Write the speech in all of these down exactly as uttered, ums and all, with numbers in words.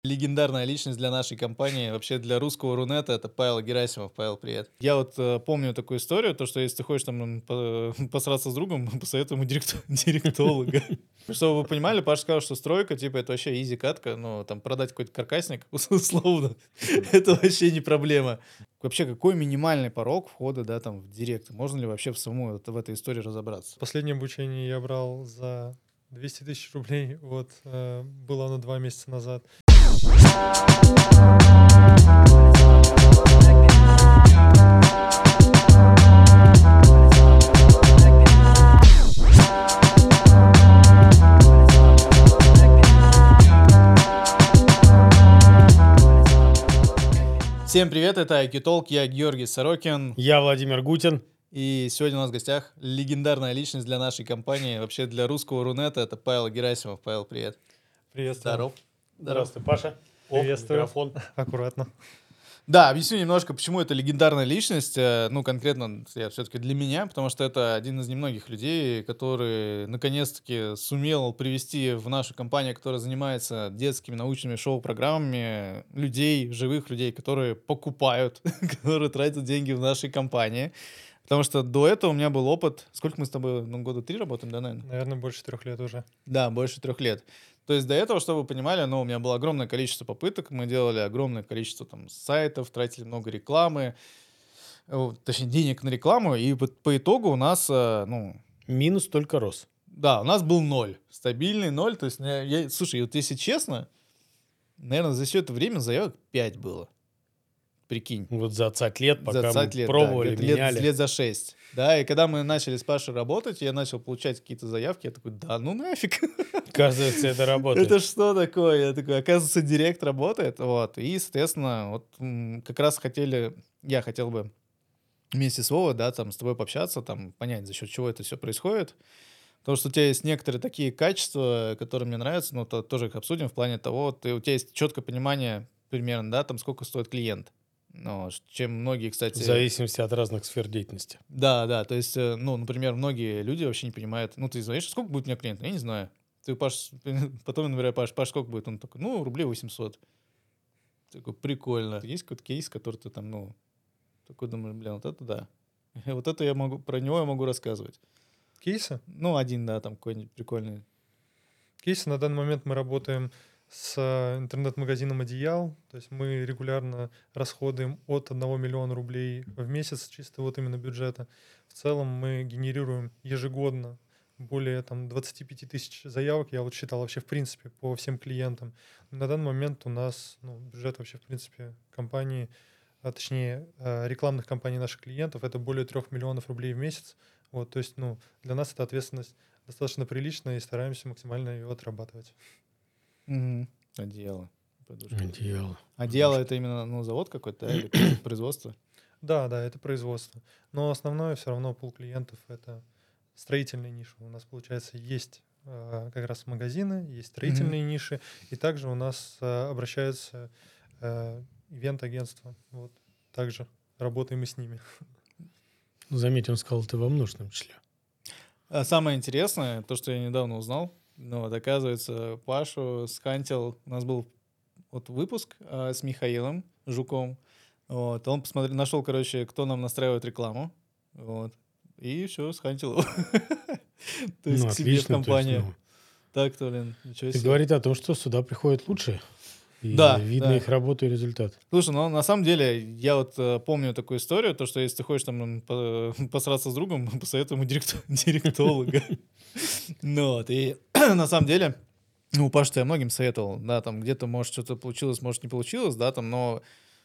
Легендарная личность для нашей компании, вообще для русского Рунета — это Павел Герасимов. Павел, привет. Я вот э, помню такую историю, то, что если ты хочешь там м, по- посраться с другом, посоветуй ему директ- директолога. Чтобы вы понимали, Паша сказал, что стройка, типа, это вообще изи катка, ну, там, продать какой-то каркасник, условно, это вообще не проблема. Вообще, какой минимальный порог входа, да, там, в директ? Можно ли вообще в саму вот в этой истории разобраться? Последнее обучение я брал за двести тысяч рублей. Вот, э, было оно два месяца назад. Всем привет, это ай кью Talk, я Георгий Сорокин. Я Владимир Гутин. И сегодня у нас в гостях легендарная личность для нашей компании, вообще для русского Рунета, это Павел Герасимов. Павел, привет. Приветствую. Здоров. Здравствуй, Паша. О, Приветствую. микрофон. Аккуратно. Да, объясню немножко, почему это легендарная личность, э, ну, конкретно все-таки для меня, потому что это один из немногих людей, который наконец-таки сумел привести в нашу компанию, которая занимается детскими научными шоу-программами, людей, живых людей, которые покупают, которые тратят деньги в нашей компании. Потому что до этого у меня был опыт. Сколько мы с тобой, ну, года три работаем, да, наверное? Наверное, больше трех лет уже. Да, больше трех лет. То есть до этого, чтобы вы понимали, ну, у меня было огромное количество попыток, мы делали огромное количество там сайтов, тратили много рекламы, э, точнее, денег на рекламу, и вот по итогу у нас, э, ну, Минус только рос. да, у нас был ноль, стабильный ноль. То есть, я, я- слушай, вот если честно, наверное, за все это время заявок пять было. Прикинь. Вот за двадцать лет, За пока двадцать мы лет, да, пробовали, где-то лет, меняли. лет за шесть. Да, и когда мы начали с Пашей работать, я начал получать какие-то заявки, я такой, да ну нафиг. Оказывается, это работает. Это что такое? Я такой, оказывается, директ работает. Вот. И, соответственно, вот м, как раз хотели, я хотел бы вместе с Вовой, да, там, с тобой пообщаться, там, понять, за счет чего это все происходит. Потому что у тебя есть некоторые такие качества, которые мне нравятся, но то, тоже их обсудим в плане того, ты, у тебя есть четкое понимание примерно, да, там, сколько стоит клиент. Ну, ш- чем многие, В кстати... зависимости от разных сфер деятельности. Да, да, то есть, э, ну, например, многие люди вообще не понимают, ну, ты знаешь, сколько будет у меня клиентов? Я не знаю. Ты, Паш, потом, например, Паш, Паш, сколько будет? Он такой, ну, рублей восемьсот. Такой, прикольно. Есть какой-то кейс, который ты там, ну, такой думаешь, блин, вот это да. Вот это я могу, про него я могу рассказывать. Кейсы? Ну, один, да, там какой-нибудь прикольный. Кейсы на данный момент мы работаем с э, интернет-магазином «Одеял». То есть мы регулярно расходуем от одного миллиона рублей в месяц чисто вот именно бюджета. В целом мы генерируем ежегодно более там двадцать пять тысяч заявок. Я вот считал вообще в принципе по всем клиентам. На данный момент у нас ну, бюджет вообще в принципе компании, а точнее э, рекламных компаний наших клиентов, это более трех миллионов рублей в месяц. Вот, то есть ну, для нас эта ответственность достаточно приличная и стараемся максимально ее отрабатывать. Угу. Одеяло. Подушки. Одеяло. Одеяло — это именно, ну, завод какой-то, да, или какое-то производство? Да, да, это производство. Но основное все равно пул клиентов — это строительные ниши. У нас, получается, есть э, как раз магазины, есть строительные ниши, и также у нас э, обращаются э, ивент-агентства. Вот, также работаем и с ними. Ну, заметь, он сказал, ты во множественном числе. А самое интересное, то, что я недавно узнал, ну, вот, оказывается, Пашу скантил, у нас был вот выпуск а, с Михаилом Жуком, вот, он посмотрел, нашел, короче, кто нам настраивает рекламу, вот, и все, схантил его. То есть Ну, к себе в отлично. То есть, компанию. ну, Так-то, блин, ничего это себе. говорит о том, что сюда приходят лучшие. И Да, видно да. их работу и результат. Слушай, ну на самом деле я вот э, помню такую историю, то что если ты хочешь там м, по- посраться с другом, посоветуй ему директ- директолога. Ну вот, и на самом деле, ну, Паша, я многим советовал, да, там где-то, может, что-то получилось, может, не получилось, да, там, но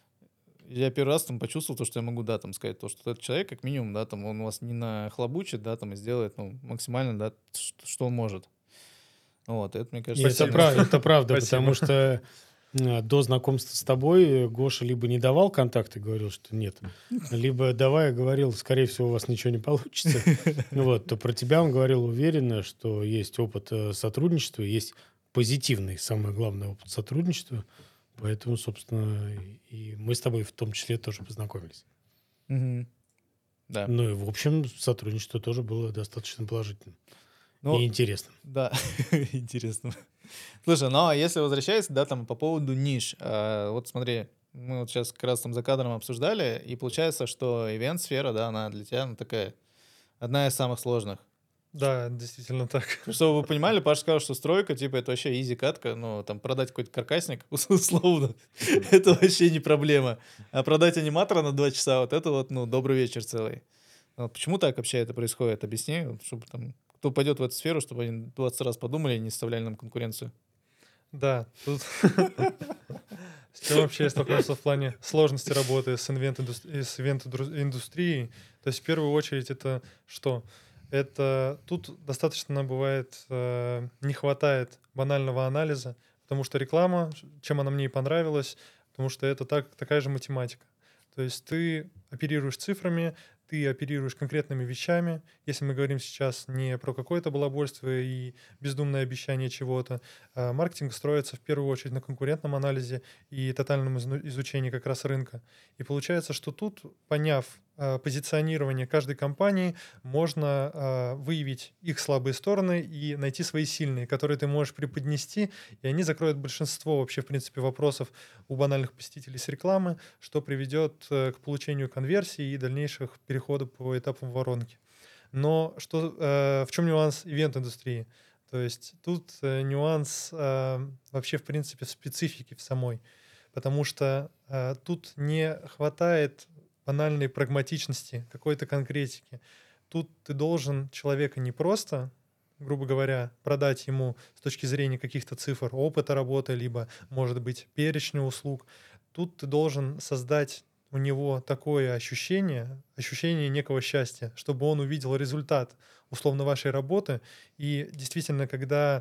я первый раз там почувствовал то, что я могу, да, там сказать, то, что этот человек, как минимум, да, там, он вас не нахлобучит, да, там, и сделает, ну, максимально, да, ш- что он может. Вот, это, мне И кажется, это, Спасибо. прав- это правда, Спасибо. потому что э, до знакомства с тобой Гоша либо не давал контакты, говорил, что нет, либо давая говорил, скорее всего, у вас ничего не получится. Вот, то про тебя он говорил уверенно, что есть опыт э, сотрудничества, есть позитивный, самое главное, опыт сотрудничества. Поэтому, собственно, и мы с тобой в том числе тоже познакомились. Мгм. Да. Ну и, в общем, сотрудничество тоже было достаточно положительным. Ну, и интересным. да, интересно. Слушай, ну а если возвращаясь, да, там по поводу ниш, а, вот смотри, мы вот сейчас как раз там за кадром обсуждали, и получается, что ивент-сфера, да, она для тебя, ну, такая, одна из самых сложных. Да, действительно так. Чтобы вы понимали, Паша сказал, что стройка, типа, это вообще изи катка, ну, там, продать какой-то каркасник, условно, это вообще не проблема. А продать аниматора на два часа, вот это вот, ну, добрый вечер целый. Вот почему так вообще это происходит? Объясни, вот, чтобы там, кто пойдет в эту сферу, чтобы они двадцать раз подумали и не составляли нам конкуренцию. Да, тут с чем вообще я столкнулся в плане сложности работы с ивент-индустрией. То есть в первую очередь это что? Это тут достаточно бывает, э, не хватает банального анализа, потому что реклама, чем она мне и понравилась, потому что это так, такая же математика. То есть ты оперируешь цифрами, ты оперируешь конкретными вещами. Если мы говорим сейчас не про какое-то балабольство и бездумное обещание чего-то, а маркетинг строится в первую очередь на конкурентном анализе и тотальном изну- изучении как раз рынка. И получается, что тут, поняв а, позиционирование каждой компании, можно а, выявить их слабые стороны и найти свои сильные, которые ты можешь преподнести, и они закроют большинство вообще, в принципе, вопросов у банальных посетителей с рекламы, что приведет э, к получению конверсии и дальнейших переходов по этапам воронки. Но что, э, в чем нюанс ивент-индустрии? То есть тут э, нюанс э, вообще, в принципе, в специфике в самой, потому что э, тут не хватает банальной прагматичности, какой-то конкретики. Тут ты должен человека не просто, грубо говоря, продать ему с точки зрения каких-то цифр опыта работы, либо, может быть, перечня услуг. Тут ты должен создать у него такое ощущение, ощущение некого счастья, чтобы он увидел результат условно вашей работы. И действительно, когда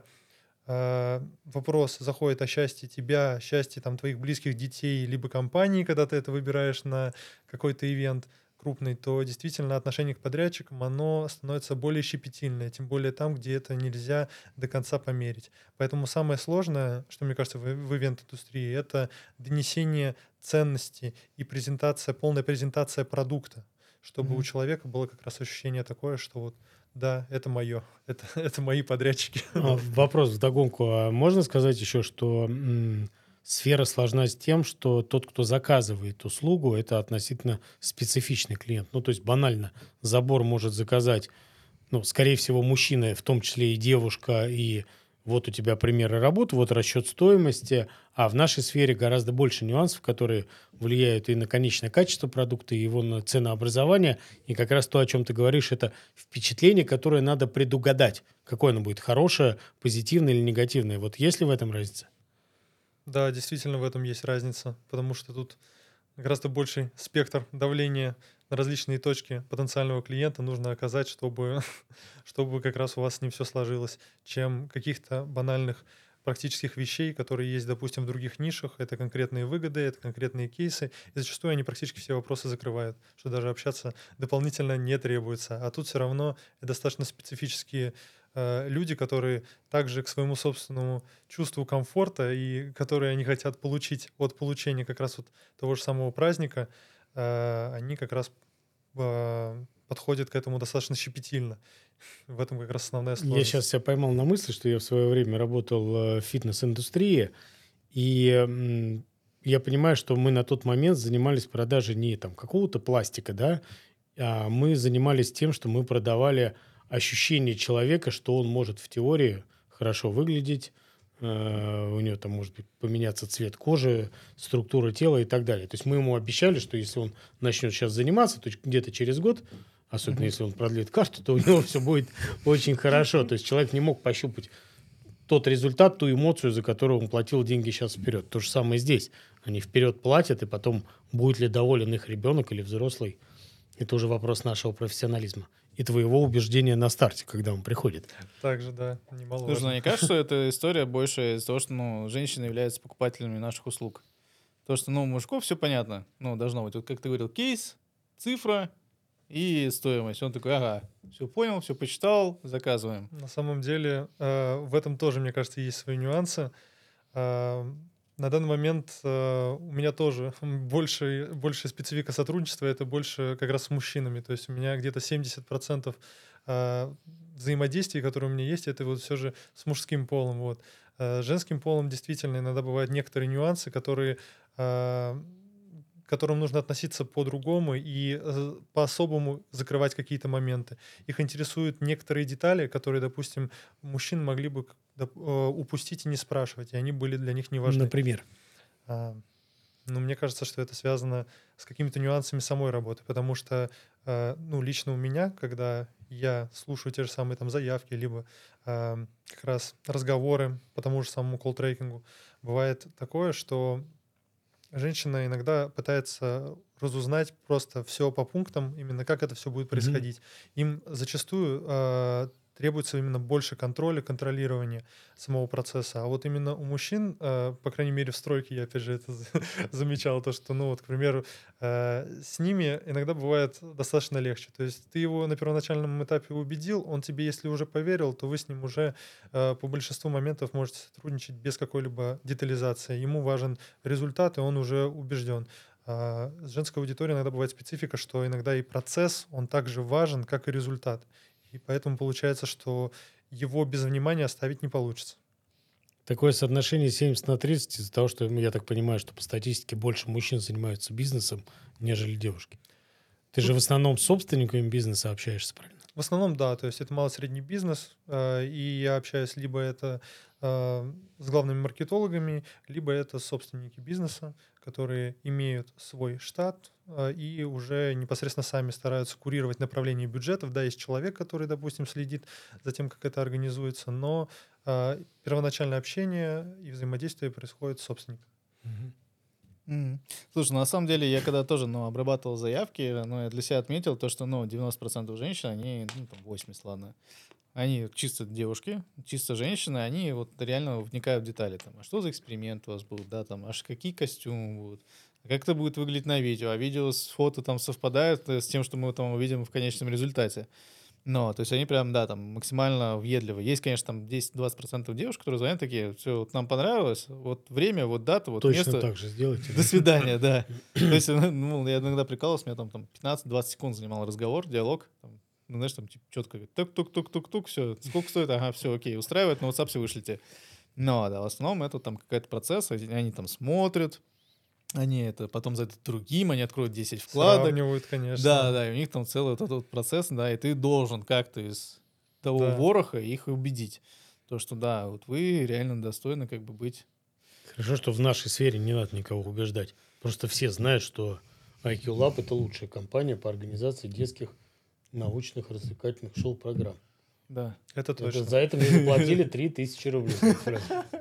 э, вопрос заходит о счастье тебя, счастье там, твоих близких детей, либо компании, когда ты это выбираешь на какой-то ивент крупный, то действительно отношение к подрядчикам, оно становится более щепетильное, тем более там, где это нельзя до конца померить. Поэтому самое сложное, что мне кажется в, в ивент-индустрии, это донесение ценности и презентация, полная презентация продукта, чтобы у Мгм. человека было как раз ощущение такое, что вот да, это мое, это, это мои подрядчики. А, Вопрос вдогонку. А можно сказать еще, что м, сфера сложна с тем, что тот, кто заказывает услугу, это относительно специфичный клиент. Ну, то есть банально, забор может заказать, ну, скорее всего, мужчина, в том числе и девушка, и вот у тебя примеры работы, вот расчет стоимости, а в нашей сфере гораздо больше нюансов, которые влияют и на конечное качество продукта, и его на ценообразование, и как раз то, о чем ты говоришь, это впечатление, которое надо предугадать, какое оно будет, хорошее, позитивное или негативное. Вот есть ли в этом разница? Да, действительно в этом есть разница, потому что тут гораздо больший спектр давления на различные точки потенциального клиента нужно оказать, чтобы, чтобы как раз у вас с ним все сложилось, чем каких-то банальных практических вещей, которые есть, допустим, в других нишах. Это конкретные выгоды, это конкретные кейсы. И зачастую они практически все вопросы закрывают, что даже общаться дополнительно не требуется. А тут все равно достаточно специфические э, люди, которые также к своему собственному чувству комфорта и которые они хотят получить от получения как раз вот того же самого праздника, э, они как раз э, подходят к этому достаточно щепетильно. В этом как раз основная Я сложность. сейчас себя поймал на мысли, что я в свое время работал э, в фитнес-индустрии, и м, я понимаю, что мы на тот момент занимались продажей не там какого-то пластика, да, а мы занимались тем, что мы продавали ощущение человека, что он может в теории хорошо выглядеть, э, у него там может быть поменяться цвет кожи, структура тела и так далее. То есть мы ему обещали, что если он начнет сейчас заниматься, то где-то через год, особенно Мгм. если он продлит карту, то у него все будет очень хорошо. То есть человек не мог пощупать тот результат, ту эмоцию, за которую он платил деньги сейчас вперед. То же самое здесь. Они вперед платят, и потом будет ли доволен их ребенок или взрослый, это уже вопрос нашего профессионализма и твоего убеждения на старте, когда он приходит. Также, да, Слушай, ну немаловажно. мне кажется, что эта история больше из-за того, что, ну, женщины являются покупателями наших услуг. То, что, ну, у мужиков все понятно. Ну, должно быть. Вот как ты говорил, кейс, цифра и стоимость. Он такой, ага, все понял, все почитал, заказываем. На самом деле, э, в этом тоже, мне кажется, есть свои нюансы. А, На данный момент э, у меня тоже больше, большая специфика сотрудничества, это больше как раз с мужчинами. То есть у меня где-то семьдесят процентов э, взаимодействии, которое у меня есть, это вот все же с мужским полом. Вот. Э, с женским полом действительно иногда бывают некоторые нюансы, которые, э, к которым нужно относиться по-другому и э, по-особому закрывать какие-то моменты. Их интересуют некоторые детали, которые, допустим, мужчин могли бы к- доп- э, упустить и не спрашивать, и они были для них не важны. Например. А, Ну, мне кажется, что это связано с какими-то нюансами самой работы, потому что, э, ну, лично у меня, когда я слушаю те же самые там заявки, либо ам, как раз разговоры по тому же самому колл-трекингу, бывает такое, что женщина иногда пытается разузнать просто все по пунктам, именно как это все будет Мгм. происходить. Им зачастую э, требуется именно больше контроля, контролирования самого процесса. А вот именно у мужчин, э, по крайней мере в стройке, я опять же это за- замечал, то, что, ну вот, к примеру, э, с ними иногда бывает достаточно легче. То есть ты его на первоначальном этапе убедил, он тебе, если уже поверил, то вы с ним уже э, по большинству моментов можете сотрудничать без какой-либо детализации. Ему важен результат, и он уже убежден. А с женской аудиторией иногда бывает специфика, что иногда и процесс, он также важен, как и результат. И поэтому получается, что его без внимания оставить не получится. Такое соотношение семьдесят на тридцать из-за того, что, ну, я так понимаю, что по статистике больше мужчин занимаются бизнесом, нежели девушки. Ты же в основном с собственниками бизнеса общаешься, правильно? В основном, да, то есть это малый-средний бизнес, э, и я общаюсь либо это э, с главными маркетологами, либо это собственники бизнеса, которые имеют свой штат э, и уже непосредственно сами стараются курировать направление бюджетов. Да, есть человек, который, допустим, следит за тем, как это организуется, но э, первоначальное общение и взаимодействие происходит с собственником. Мгм. Мгм. Слушай, ну, на самом деле я когда тоже, ну, обрабатывал заявки, ну, я для себя отметил то, что, ну, девяносто процентов женщин, они, ну, там, восемьдесят, ладно, они чисто девушки, чисто женщины, они вот реально вникают в детали, там, а что за эксперимент у вас будет, да, там, аж какие костюмы будут, а как это будет выглядеть на видео, а видео с фото там совпадает э, с тем, что мы там увидим в конечном результате. Ну, то есть они прям, да, там максимально въедливы. Есть, конечно, там десять-двадцать процентов девушек, которые звонят такие, все, вот нам понравилось, вот время, вот дата, вот Точно место, так же сделайте. до Да? свидания, да. То есть, ну, я иногда прикалывался, у меня там, там пятнадцать-двадцать секунд занимал разговор, диалог, там, ну, знаешь, там типа, четко говорит, тук-тук-тук-тук-тук, все, сколько стоит, ага, все, окей, устраивает, на WhatsApp все вышлите. Ну, да, в основном это там какой-то процесс, они они там смотрят, они это потом зайдут другим, они откроют десять вкладок, Сравнивают, конечно. да, да, и у них там целый вот этот вот процесс, да, и ты должен как-то из того Да. вороха их убедить. То, что да, вот вы реально достойны как бы быть. Хорошо, что в нашей сфере не надо никого убеждать. Просто все знают, что ай кью Lab – это лучшая компания по организации детских научных развлекательных шоу-программ. Да. Это Это точно. за это мне заплатили три тысячи рублей. представляешь?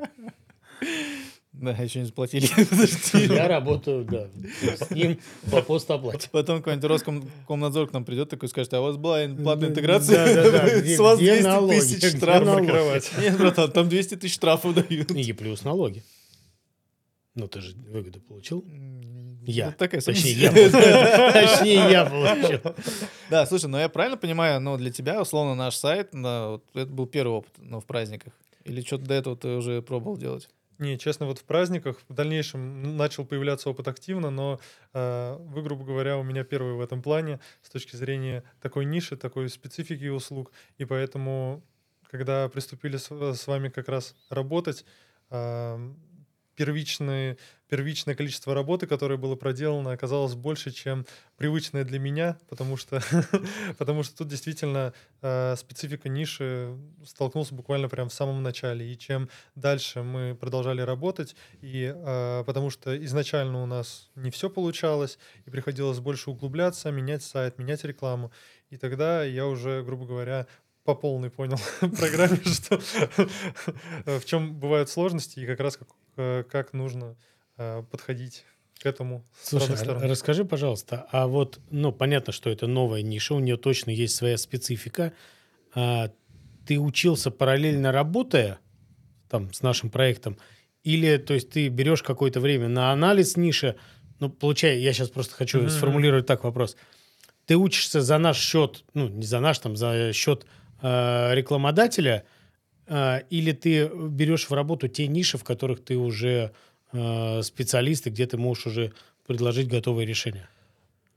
Да, еще не заплатили. Подожди. Я работаю, да, с ним по постоплате. Потом какой-нибудь Роскомнадзор к нам придет такой скажет, а у вас была платная интеграция? Да-да-да. Где- С вас где двести налоги? тысяч Где штрафов. налоги? Нет, братан, там двести тысяч штрафов дают. И плюс налоги. Ну, ты же выгоду получил. Я. Ну, такая Точнее, сумма. я получил. Точнее, я получил. Да, слушай, ну я правильно понимаю, ну для тебя, условно, наш сайт, ну, вот это был первый опыт, но в праздниках? Или что-то до этого ты уже пробовал делать? Не, честно, вот в праздниках в дальнейшем начал появляться опыт активно, но э, вы, грубо говоря, у меня первый в этом плане с точки зрения такой ниши, такой специфики услуг. И поэтому, когда приступили с, с вами как раз работать, э, первичные, первичное количество работы, которое было проделано, оказалось больше, чем привычное для меня, потому что, потому что тут действительно э, специфика ниши столкнулся буквально прям в самом начале. И чем дальше мы продолжали работать, и э, потому что изначально у нас не все получалось, и приходилось больше углубляться, менять сайт, менять рекламу. И тогда я уже, грубо говоря, по полной понял в программе, что в чем бывают сложности и как раз как, э, как нужно э, подходить к этому с Слушай, разных а сторон. расскажи, пожалуйста, а вот, ну, понятно, что это новая ниша, у нее точно есть своя специфика. А ты учился параллельно работая там с нашим проектом, или, то есть, ты берешь какое-то время на анализ ниши, ну, получай, я сейчас просто хочу Мгм. сформулировать так вопрос. Ты учишься за наш счет, ну, не за наш, там, за счет э, рекламодателя, э, или ты берешь в работу те ниши, в которых ты уже э, специалист, и где ты можешь уже предложить готовые решения?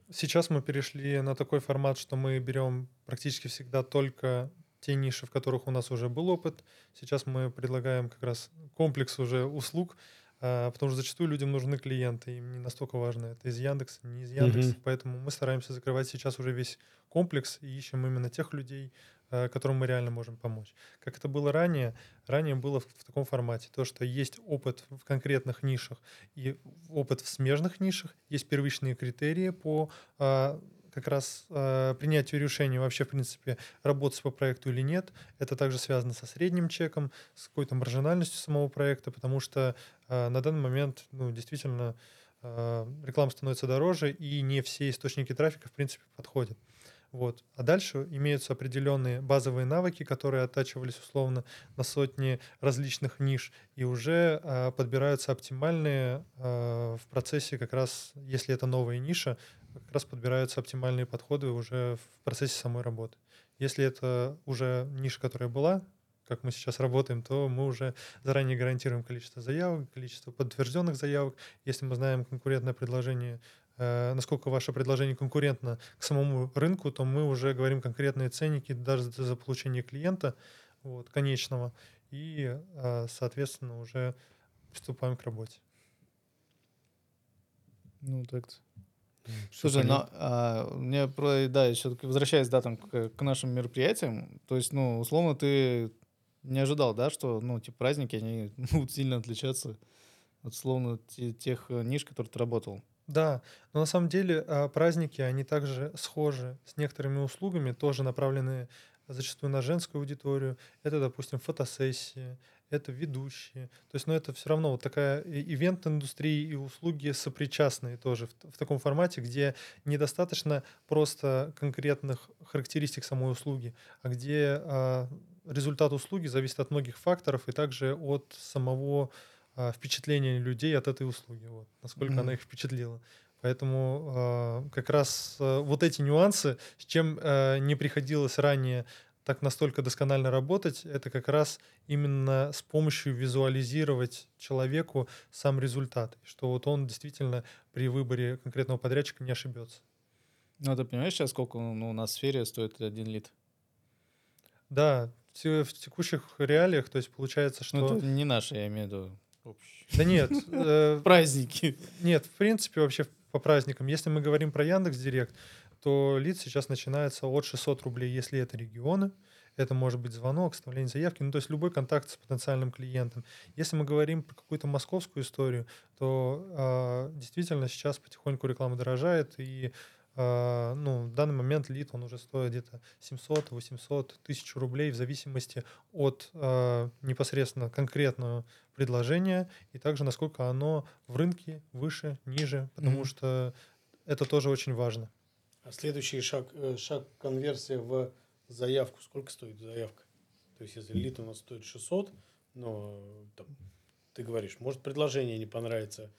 Сейчас мы перешли на такой формат, что мы берем практически всегда только те ниши, в которых у нас уже был опыт. Сейчас мы предлагаем как раз комплекс уже услуг, а, потому что зачастую людям нужны клиенты, им не настолько важно, это из Яндекса, не из Яндекса, Мгм. поэтому мы стараемся закрывать сейчас уже весь комплекс и ищем именно тех людей, а, которым мы реально можем помочь. Как это было ранее? Ранее было в, в таком формате, то, что есть опыт в конкретных нишах и опыт в смежных нишах, есть первичные критерии по а, как раз а, принятию решения вообще, в принципе, работать по проекту или нет. Это также связано со средним чеком, с какой-то маржинальностью самого проекта, потому что а, на данный момент, ну, действительно, а, реклама становится дороже, и не все источники трафика, в принципе, подходят. Вот. А дальше имеются определенные базовые навыки, которые оттачивались условно на сотни различных ниш, и уже а, подбираются оптимальные а, в процессе как раз, если это новая ниша, как раз подбираются оптимальные подходы уже в процессе самой работы. Если это уже ниша, которая была, как мы сейчас работаем, то мы уже заранее гарантируем количество заявок, количество подтвержденных заявок. Если мы знаем конкурентное предложение, э, насколько ваше предложение конкурентно к самому рынку, то мы уже говорим конкретные ценники даже за за получение клиента вот, конечного, и, э, соответственно, уже приступаем к работе. Ну, так-то. М, всё Слушай, понятно. но а, мне про, да, еще возвращаясь, да, там, к, к нашим мероприятиям, то есть, ну, условно, ты не ожидал, да, что, ну, типа, праздники, они будут сильно отличаться от, условно, те- тех э, ниш, которые ты работал. Да, но на самом деле а, праздники, они также схожи с некоторыми услугами, тоже направленные зачастую на женскую аудиторию. Это, допустим, фотосессии, это ведущие. То есть, ну, это все равно вот такая и- ивент-индустрия и услуги сопричастные тоже в, т- в таком формате, где недостаточно просто конкретных характеристик самой услуги, а где а, результат услуги зависит от многих факторов и также от самого а, впечатление людей от этой услуги, вот, насколько она Мгм. их впечатлила. Поэтому а, как раз а, вот эти нюансы, с чем а, не приходилось ранее так настолько досконально работать, это как раз именно с помощью визуализировать человеку сам результат, что вот он действительно при выборе конкретного подрядчика не ошибется. Ну, ты понимаешь сейчас, сколько, ну, у нас в сфере стоит один лид? Да, в те- в текущих реалиях, то есть получается, Ну, это что... не наши, я имею в виду общий. Да нет, э, Праздники. нет, в принципе, вообще по праздникам, если мы говорим про Яндекс.Директ, то лид сейчас начинается от шестисот рублей, если это регионы. Это может быть звонок, составление заявки, ну, то есть любой контакт с потенциальным клиентом. Если мы говорим про какую-то московскую историю, то а, действительно сейчас потихоньку реклама дорожает, и а, ну, в данный момент лид, он уже стоит где-то семьсот, восемьсот, тысячу рублей в зависимости от а, непосредственно конкретного предложения и также насколько оно в рынке выше, ниже, потому Мгм. что это тоже очень важно. А следующий шаг, э, шаг конверсия в заявку. Сколько стоит заявка? То есть, если лид у нас стоит шестьсот, но э, там, ты говоришь, может, предложение не понравится,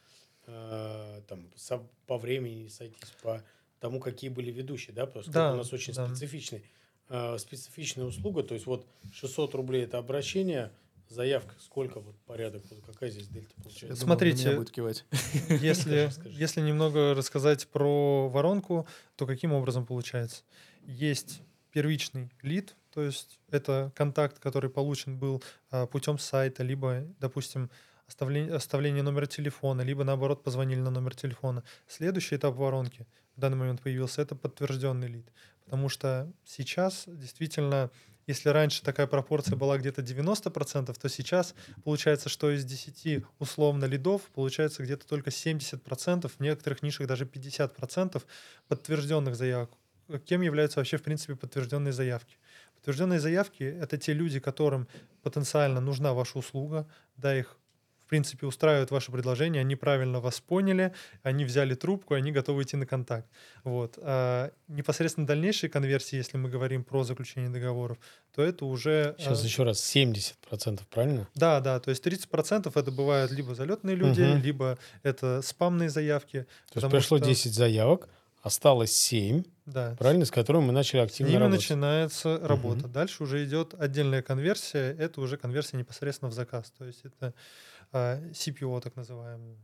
э, там, со- по времени не сойтись, по тому, какие были ведущие, да, поскольку у Да, нас очень да. специфичный, э, специфичная услуга, то есть вот шестьсот рублей это обращение, заявка, сколько вот порядок, вот какая здесь дельта Я получается? думал, на меня Смотрите, будет кивать. Если, Скажи, скажи. если немного рассказать про воронку, то каким образом получается? Есть первичный лид, то есть это контакт, который получен был а, путем сайта, либо, допустим, оставление, оставление номера телефона, либо наоборот позвонили на номер телефона. Следующий этап воронки в данный момент появился, это подтвержденный лид. Потому что сейчас действительно, если раньше такая пропорция была где-то девяносто процентов, то сейчас получается, что из десяти условно лидов получается где-то только семьдесят процентов, в некоторых нишах даже пятьдесят процентов подтвержденных заявок. Э, Кем являются вообще, в принципе, подтвержденные заявки? Подтвержденные заявки — это те люди, которым потенциально нужна ваша услуга, да, их в принципе устраивает ваше предложение, они правильно вас поняли, они взяли трубку, они готовы идти на контакт. Вот. А непосредственно дальнейшие конверсии, если мы говорим про заключение договоров, то это уже Сейчас а, еще раз, семьдесят процентов, правильно? да, да, то есть тридцать процентов это бывают либо залетные люди, Мгм. либо это спамные заявки, То есть потому пришло что, десять заявок, осталось семь, да, с, правильно, с которыми мы начали с активно ними работать. начинается работа. Мгм. Дальше уже идет отдельная конверсия, это уже конверсия непосредственно в заказ, то есть это а, си пи о так называемый,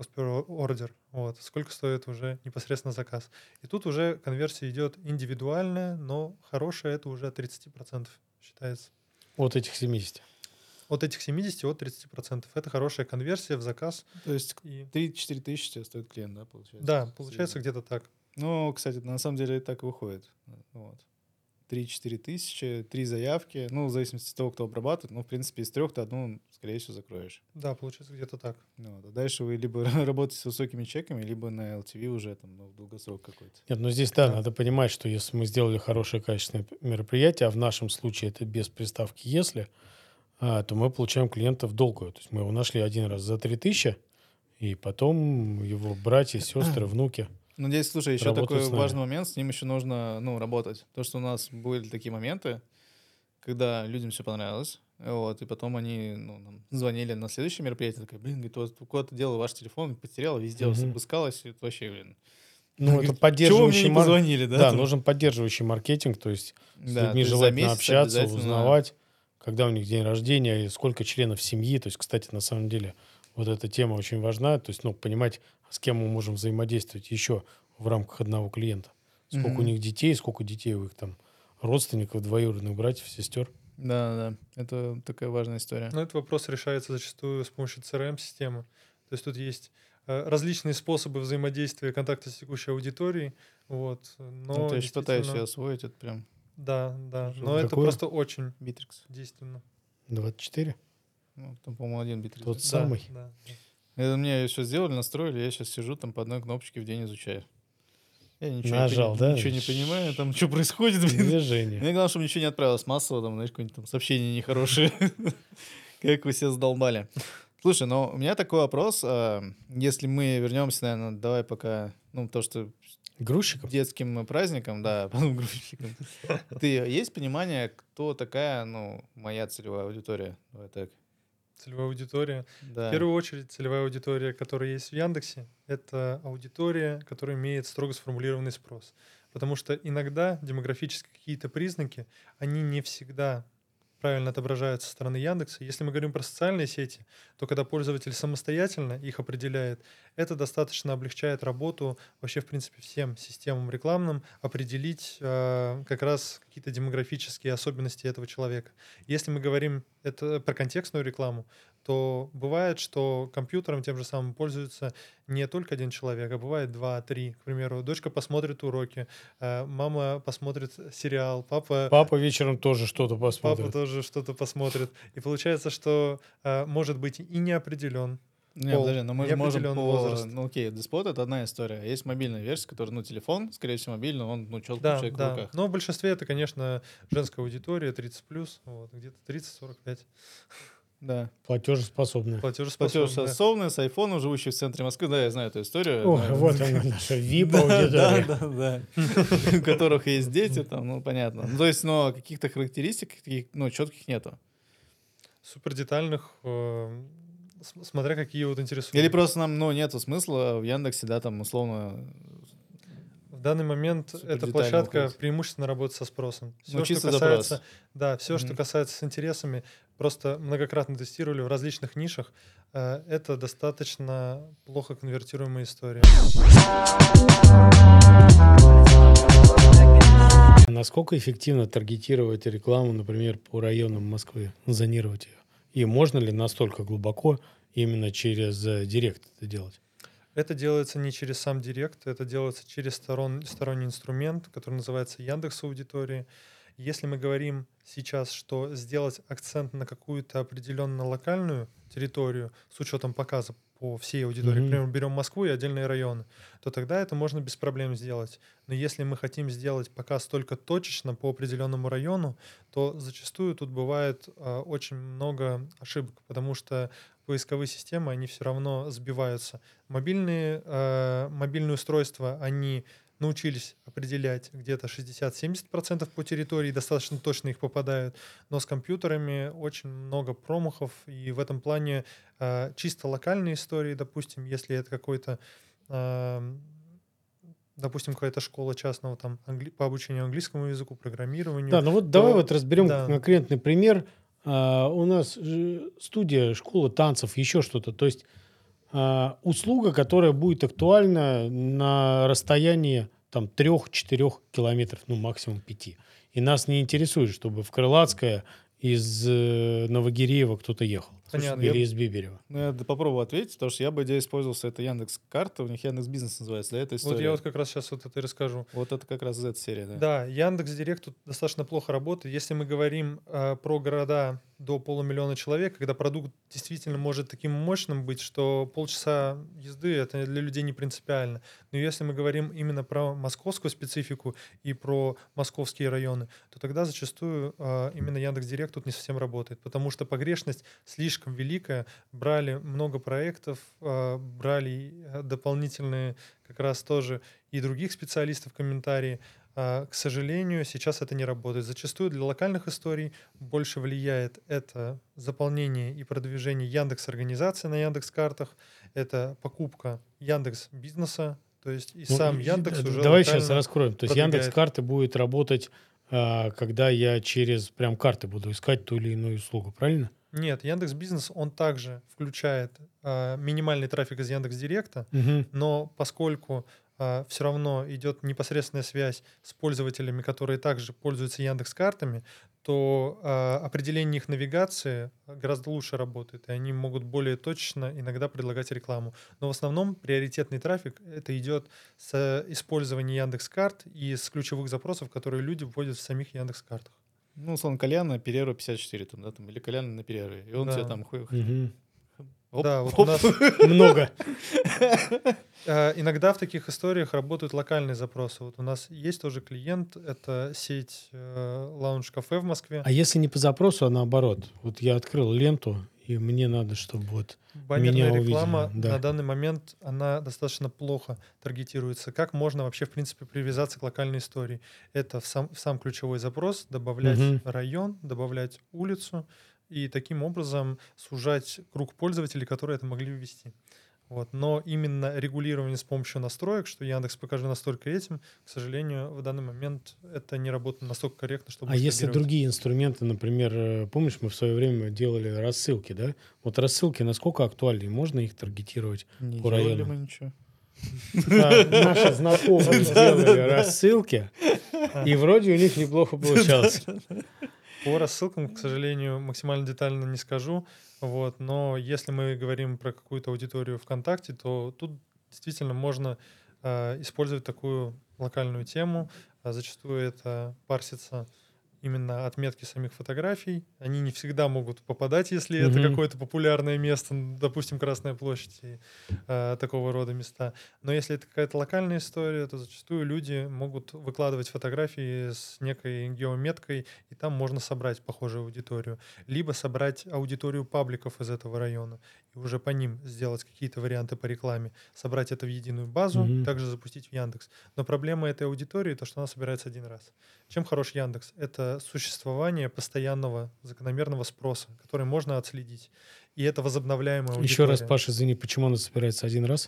cost per order, вот, сколько стоит уже непосредственно заказ. И тут уже конверсия идет индивидуальная, но хорошая это уже от тридцати процентов считается. От этих семидесяти. От этих семидесяти, от тридцати процентов. Это хорошая конверсия в заказ. То есть И... три-четыре тысячи тебе стоит клиент, да, получается? Да, получается где-то так. Ну, кстати, на самом деле так и выходит. Вот. три-четыре тысячи, три заявки, ну, в зависимости от того, кто обрабатывает, ну, в принципе, из трех ты одну, скорее всего, закроешь. Да, получается где-то так. Ну, вот. А дальше вы либо работаете с высокими чеками, либо на эл ти ви уже там, ну, в долгосрок какой-то. Нет, ну здесь, да, Да. надо понимать, что если мы сделали хорошее качественное мероприятие, а в нашем случае это без приставки «если», а, то мы получаем клиента в долгую. То есть мы его нашли один раз за три тысячи, и потом его братья, сестры, внуки. Ну, здесь, слушай, еще Работают такой с нами. важный момент, с ним еще нужно, ну, работать. То, что у нас были такие моменты, когда людям все понравилось, вот, и потом они, ну, нам звонили на следующее мероприятие, такая, блин, говорит, вот куда-то делал ваш телефон, потерял, везде Мгм. обыскалось, и это вообще, блин. Ну, Говорит, это чего вы мне поддерживающий не мар- позвонили, да? Да, там? нужен поддерживающий маркетинг, то есть с Да, людьми то есть за желательно месяц общаться, обязательно- узнавать, когда у них день рождения, и сколько членов семьи. То есть, кстати, на самом деле, вот эта тема очень важна. То есть, ну, понимать, с кем мы можем взаимодействовать еще в рамках одного клиента. Сколько у Мгм. них детей, сколько детей у их там родственников, двоюродных братьев, сестер. Да, да, это такая важная история. Но этот вопрос решается зачастую с помощью си ар эм-системы. То есть тут есть э, различные способы взаимодействия, контакта с текущей аудиторией. Вот, но Ну, то есть пытаюсь действительно- ее освоить, это прям Да, да. Что, Но это какое? просто очень Битрикс. действенно. двадцать четыре? Ну, там, по-моему, один Битрикс. Тот да. самый. Да, да. Это мне все сделали, настроили, я сейчас сижу там по одной кнопочке в день изучаю. Я ничего, Нажал, не, пони- да? ничего не понимаю, там что происходит, блин. Движение. Мне главное, чтобы ничего не отправилось массово, там, знаешь, какое-нибудь там сообщение нехорошее. Как вы все задолбали. Слушай, ну у меня такой вопрос. а, Если мы вернемся, наверное, давай пока, ну, то, что Грузчиков? детским праздникам, да, потом грузчикам. Ты есть понимание, кто такая, ну, моя целевая аудитория? Давай так. Целевая аудитория. Да. В первую очередь, целевая аудитория, которая есть в Яндексе, это аудитория, которая имеет строго сформулированный спрос. Потому что иногда демографические какие-то признаки, они не всегда правильно отображаются со стороны Яндекса. Если мы говорим про социальные сети, то когда пользователь самостоятельно их определяет, это достаточно облегчает работу вообще, в принципе, всем системам рекламным определить э, как раз какие-то демографические особенности этого человека. Если мы говорим это про контекстную рекламу, то бывает, что компьютером тем же самым пользуется не только один человек, а бывает два, три. К примеру, дочка посмотрит уроки, э, мама посмотрит сериал, папа... Папа вечером тоже что-то Папа посмотрит. тоже что-то посмотрит. И получается, что э, может быть и не определен. Не, пол, подожди, но мы же можем неопределенный по... возраст. Ну, окей, Деспот — это одна история. А есть мобильная версия, которая, ну, телефон, скорее всего, мобильный, он, ну, четко у Да, человека в да. руках. Но в большинстве это, конечно, женская аудитория, тридцать плюс, вот, где-то тридцать-сорок пять. Да. Платежеспособная. Платежеспособная. Платежеспособный, с айфоном, живущий в центре Москвы. Да, я знаю эту историю. О, Да. вот она, наша ви ай Да, пи-аудитория. да, да, да. У которых есть дети, там, ну, понятно. Ну, то есть, но каких-то характеристик, таких, ну, четких нету. Супер детальных, э, с- смотря какие вот интересуют. Или просто нам, ну, нету смысла в Яндексе, да, там, условно, В данный момент Супер эта детально площадка уходит. преимущественно работает со спросом. Все, Ну, что чисто касается, запрос. да, все, что Мгм. касается с интересами, просто многократно тестировали в различных нишах. э, Это достаточно плохо конвертируемая история. Насколько эффективно таргетировать рекламу, например, по районам Москвы, зонировать ее? И можно ли настолько глубоко именно через э, директ это делать? Это делается не через сам Директ, это делается через сторон, сторонний инструмент, который называется Яндекс Аудитории. Если мы говорим сейчас, что сделать акцент на какую-то определенную локальную территорию с учетом показа по всей аудитории, Мгм. например, берем Москву и отдельные районы, то тогда это можно без проблем сделать. Но если мы хотим сделать показ только точечно по определенному району, то зачастую тут бывает э, очень много ошибок, потому что поисковые системы, они все равно сбиваются. Мобильные, э, мобильные устройства, они научились определять где-то шестьдесят-семьдесят процентов по территории, достаточно точно их попадают, но с компьютерами очень много промахов, и в этом плане э, чисто локальные истории, допустим, если это какой-то, э, допустим, какая-то школа частного там англи- по обучению английскому языку, программированию. Да, ну вот давай то- вот разберем да. конкретный пример. А, у нас же студия, школа танцев, еще что-то. То есть а, услуга, которая будет актуальна на расстоянии там трех-четырех километров, ну максимум пяти. И нас не интересует, чтобы в Крылатское из э, Новогиреева кто-то ехал. Понятно. Или я- из Биберева. Ну, я д- попробую ответить, потому что я бы, идея использовался, это Яндекс.Карта, у них Яндекс Бизнес называется, для этой истории. Вот я вот как раз сейчас вот это и расскажу. Вот это как раз из этой серии, да. Да, Яндекс.Директ тут достаточно плохо работает. Если мы говорим э, про города до полумиллиона человек, когда продукт действительно может таким мощным быть, что полчаса езды это для людей не принципиально. Но если мы говорим именно про московскую специфику и про московские районы, то тогда зачастую э, именно Яндекс.Директ тут не совсем работает, потому что погрешность слишком великая. Брали много проектов, э, брали э, дополнительные как раз тоже и других специалистов комментарии. А, К сожалению, сейчас это не работает. Зачастую для локальных историй больше влияет это заполнение и продвижение Яндекс-организации на Яндекс.Картах, это покупка Яндекс.Бизнеса, то есть и Ну, сам и- Яндекс д- уже Давай сейчас локально раскроем. То есть продвигает. Яндекс.Карты будет работать, а, когда я через прям карты буду искать ту или иную услугу, правильно? Нет, Яндекс.Бизнес, он также включает а, минимальный трафик из Яндекс.Директа, Мгм. но поскольку все равно идет непосредственная связь с пользователями, которые также пользуются Яндекс.Картами, то а, определение их навигации гораздо лучше работает, и они могут более точно иногда предлагать рекламу. Но в основном приоритетный трафик это идет с использования Яндекс.Карт и с ключевых запросов, которые люди вводят в самих Яндекс.Картах. Ну, условно, Колян на перерве пятьдесят четыре, там, да, там, или Колян на перерве. И он Да. тебе там хуй... Мгм. Оп, Да, вот оп. у нас Много. Э, Иногда в таких историях работают локальные запросы. Вот у нас есть тоже клиент, это сеть э, лаунж-кафе в Москве. А если не по запросу, а наоборот? Вот я открыл ленту, и мне надо, чтобы вот Баннерная меня увидели, реклама да. на данный момент, она достаточно плохо таргетируется. Как можно вообще, в принципе, привязаться к локальной истории? Это в сам, в сам ключевой запрос, добавлять Мгм. район, добавлять улицу и таким образом сужать круг пользователей, которые это могли ввести. Вот. Но именно регулирование с помощью настроек, что Яндекс покажи настолько этим, к сожалению, в данный момент это не работает настолько корректно, чтобы А если масштабировать. другие инструменты, например, э, помнишь, мы в свое время делали рассылки, да? Вот рассылки насколько актуальны? Можно их таргетировать? Не По делали району. мы ничего. Да, наши знакомые делали рассылки, и вроде у них неплохо получалось. По рассылкам, к сожалению, максимально детально не скажу. Вот, но если мы говорим про какую-то аудиторию ВКонтакте, то тут действительно можно э, использовать такую локальную тему. А зачастую это парсится именно отметки самих фотографий. Они не всегда могут попадать, если это Мгм. какое-то популярное место, н- допустим, Красная площадь и э, такого рода места. Но если это какая-то локальная история, то зачастую люди могут выкладывать фотографии с некой геометкой, и там можно собрать похожую аудиторию. Либо собрать аудиторию пабликов из этого района и уже по ним сделать какие-то варианты по рекламе, собрать это в единую базу, Мгм. также запустить в Яндекс. Но проблема этой аудитории то, что она собирается один раз. Чем хорош Яндекс? Это существование постоянного закономерного спроса, который можно отследить. И это возобновляемая аудитория. Еще раз, Паша, извини, почему она собирается один раз?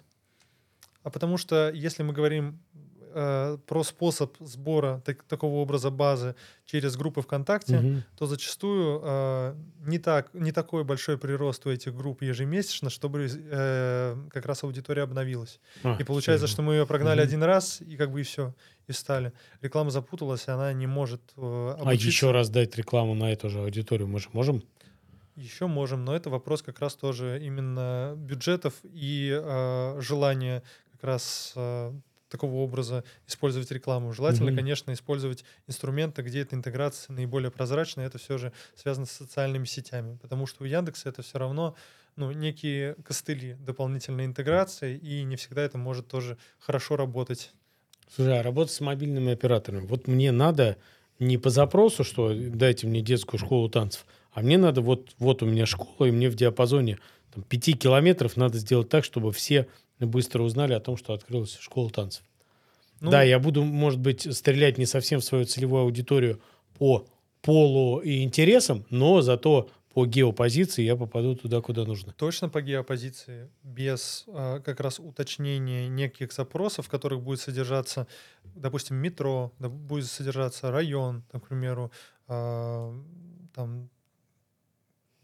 А потому что если мы говорим э, про способ сбора так- такого образа базы через группы ВКонтакте, Мгм. то зачастую э, не, так, не такой большой прирост у этих групп ежемесячно, чтобы э, как раз аудитория обновилась. А, И получается, всё, что мы ее прогнали Мгм. один раз, и как бы и все, и встали. Реклама запуталась, и она не может э, А обучиться. еще раз дать рекламу на эту же аудиторию мы же можем? Еще можем, но это вопрос как раз тоже именно бюджетов и э, желания как раз э, такого образа использовать рекламу. Желательно, Мгм. конечно, использовать инструменты, где эта интеграция наиболее прозрачна. Это все же связано с социальными сетями, потому что у Яндекса это все равно ну, некие костыли дополнительной интеграции, и не всегда это может тоже хорошо работать. Слушай, а работа с мобильными операторами. Вот мне надо не по запросу, что дайте мне детскую школу танцев, а мне надо вот, вот у меня школа, и мне в диапазоне там, пяти километров надо сделать так, чтобы все быстро узнали о том, что открылась школа танцев. Ну, Да, я буду, может быть, стрелять не совсем в свою целевую аудиторию по полу и интересам, но зато по геопозиции я попаду туда, куда нужно. Точно по геопозиции, без а, как раз уточнения неких запросов, в которых будет содержаться, допустим, метро, да, будет содержаться район, там, к примеру, а, там,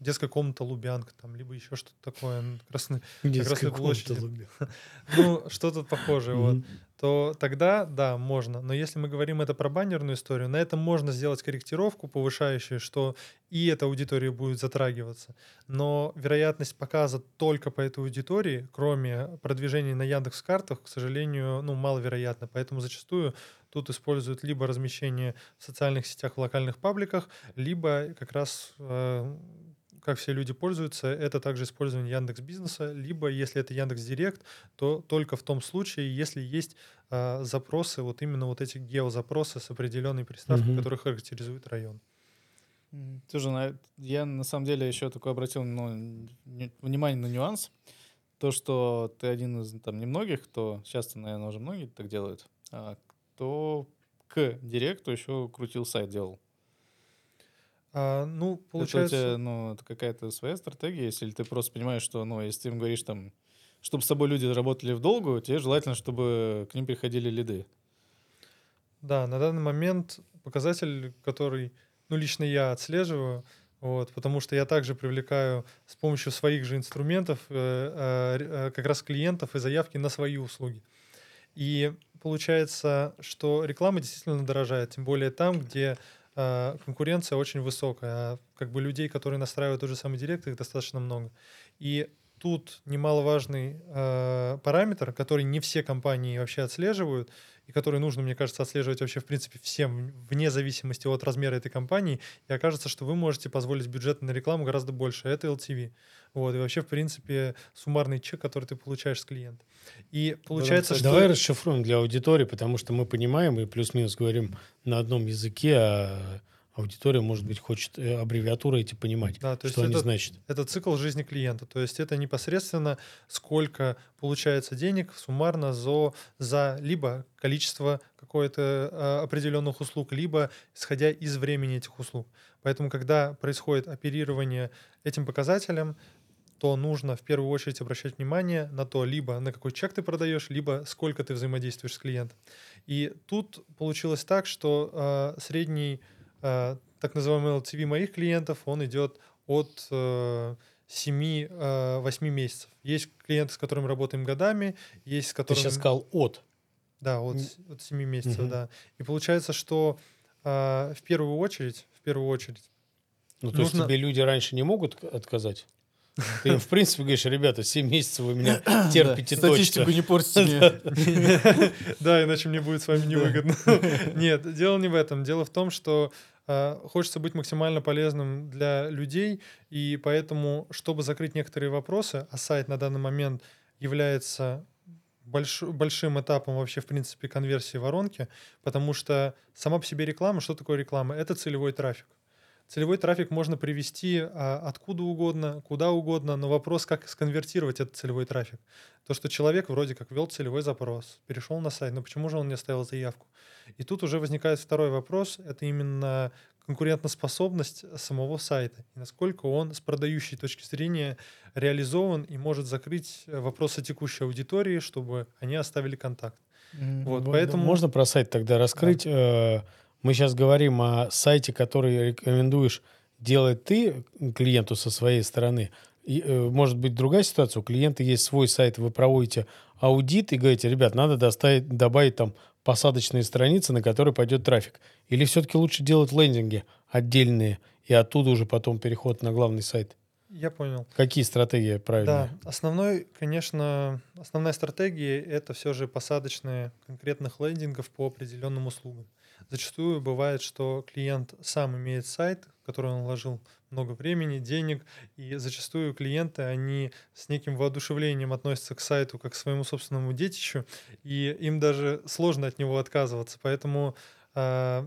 детская комната Лубянка, там, либо еще что-то такое, на Красной, на Детская Красной комната площади. Лубянки. Ну, что-то похожее, вот. Мгм. То тогда, да, можно. Но если мы говорим это про баннерную историю, на этом можно сделать корректировку повышающую, что и эта аудитория будет затрагиваться. Но вероятность показа только по этой аудитории, кроме продвижения на Яндекс.Картах, к сожалению, ну, маловероятно. Поэтому зачастую тут используют либо размещение в социальных сетях, в локальных пабликах, либо как раз, э, как все люди пользуются, это также использование Яндекс.Бизнеса, либо, если это Яндекс.Директ, то только в том случае, если есть а, запросы, вот именно вот эти геозапросы с определенной приставкой, Мгм. которые характеризуют район. М, Слушай, на- я на самом деле еще такой обратил ну, не- внимание на нюанс. То, что ты один из там немногих, кто часто, наверное, уже многие так делают, а, кто к директу еще крутил сайт делал. А, ну, Это у получается, тебя, ну, это какая-то своя стратегия, если ты просто понимаешь, что, ну, если ты им говоришь там, чтобы с тобой люди работали в долгую, тебе желательно, чтобы к ним приходили лиды. да, на данный момент показатель, который, ну, лично я отслеживаю, вот, потому что я также привлекаю с помощью своих же инструментов э, э, р- э, как раз клиентов и заявки на свои услуги. И получается, что реклама действительно дорожает, тем более там, где а, конкуренция очень высокая, а как бы людей, которые настраивают тот же самый директ, их достаточно много. И тут немаловажный а, параметр, который не все компании вообще отслеживают, и который нужно, мне кажется, отслеживать вообще, в принципе, всем, вне зависимости от размера этой компании, и окажется, что вы можете позволить бюджет на рекламу гораздо больше. Это эл ти ви. Вот, и вообще, в принципе, суммарный чек, который ты получаешь с клиента. И получается, кстати, что... Давай расшифруем для аудитории, потому что мы понимаем и плюс-минус говорим на одном языке, а аудитория, может быть, хочет э, аббревиатуры эти понимать, Да, то есть что они это, значат. это цикл жизни клиента. То есть это непосредственно сколько получается денег суммарно за, за либо количество какое-то а, определенных услуг, либо исходя из времени этих услуг. Поэтому, когда происходит оперирование этим показателем, то нужно в первую очередь обращать внимание на то, либо на какой чек ты продаешь, либо сколько ты взаимодействуешь с клиентом. И тут получилось так, что а, средний а, так называемый эл ти ви моих клиентов, он идет от э, семи-восьми месяцев. Есть клиенты, с которыми работаем годами, есть с Ты сейчас которыми... сказал от. Да, от, М, с- от семи месяцев, мгм. да. И получается, что а, в первую очередь, в первую очередь, Ну, то есть нужно... тебе люди раньше не могут к- отказать? Ты им, в принципе, говоришь, ребята, семь месяцев вы меня терпите точно. Статистику не портите мне. Да, иначе мне будет с вами невыгодно. Нет, дело не в этом. Дело в том, что а, хочется быть максимально полезным для людей, и поэтому, чтобы закрыть некоторые вопросы, а сайт на данный момент является больш- большим этапом вообще, в принципе, конверсии воронки, потому что сама по себе реклама, что такое реклама? Это целевой трафик. Целевой трафик можно привести а, откуда угодно, куда угодно, но вопрос, как сконвертировать этот целевой трафик. То, что человек вроде как ввел целевой запрос, перешел на сайт, но почему же он не оставил заявку? И тут уже возникает второй вопрос, это именно конкурентоспособность самого сайта, и насколько он с продающей точки зрения реализован и может закрыть э, вопросы текущей аудитории, чтобы они оставили контакт. Мгм. Вот, М- поэтому... Можно про сайт тогда раскрыть? Э, Мы сейчас говорим о сайте, который рекомендуешь делать ты клиенту со своей стороны. И, э, может быть, другая ситуация. У клиента есть свой сайт, вы проводите аудит и говорите, ребят, надо доставить, добавить там посадочные страницы, на которые пойдет трафик. Или все-таки лучше делать лендинги отдельные и оттуда уже потом переход на главный сайт? Я понял. Какие стратегии правильные? Да, основной, конечно, основная стратегия — это все же посадочные конкретных лендингов по определенным услугам. Зачастую бывает, что клиент сам имеет сайт, в который он вложил много времени, денег, и зачастую клиенты, они с неким воодушевлением относятся к сайту как к своему собственному детищу, и им даже сложно от него отказываться. Поэтому а,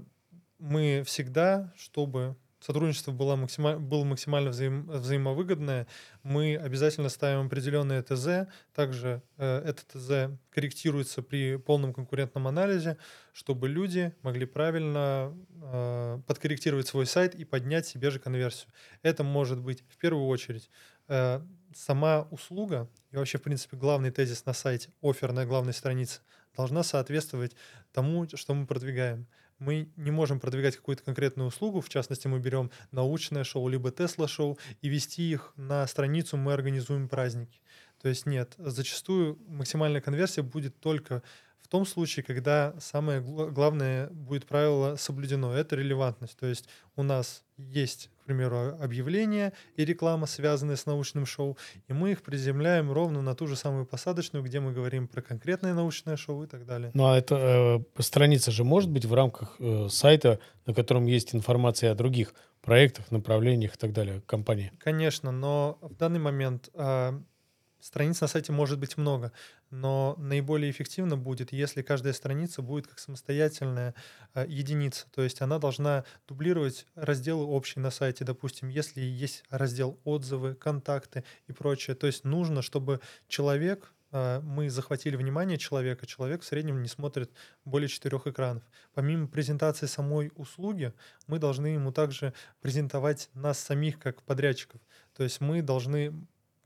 мы всегда, чтобы сотрудничество было, максима- было максимально взаим- взаимовыгодное, мы обязательно ставим определенное ТЗ. Также э, это ТЗ корректируется при полном конкурентном анализе, чтобы люди могли правильно э, подкорректировать свой сайт и поднять себе же конверсию. Это может быть в первую очередь э, сама услуга и вообще, в принципе, главный тезис на сайте, оффер на главной странице, должна соответствовать тому, что мы продвигаем. Мы не можем продвигать какую-то конкретную услугу, в частности, мы берем научное шоу, либо Тесла-шоу, и вести их на страницу мы организуем праздники. То есть нет, зачастую максимальная конверсия будет только в том случае, когда самое гла- главное будет правило соблюдено, это релевантность. То есть у нас есть, к примеру, объявления и реклама, связанные с научным шоу, и мы их приземляем ровно на ту же самую посадочную, где мы говорим про конкретное научное шоу и так далее. Ну, а это э, страница же может быть в рамках э, сайта, на котором есть информация о других проектах, направлениях и так далее, компании. Конечно, но в данный момент а, страниц на сайте может быть много, но наиболее эффективно будет, если каждая страница будет как самостоятельная а, единица. То есть она должна дублировать разделы общие на сайте, допустим, если есть раздел отзывы, контакты и прочее. То есть нужно, чтобы человек, а, мы захватили внимание человека, человек в среднем не смотрит более четырех экранов. Помимо презентации самой услуги, мы должны ему также презентовать нас самих как подрядчиков. То есть мы должны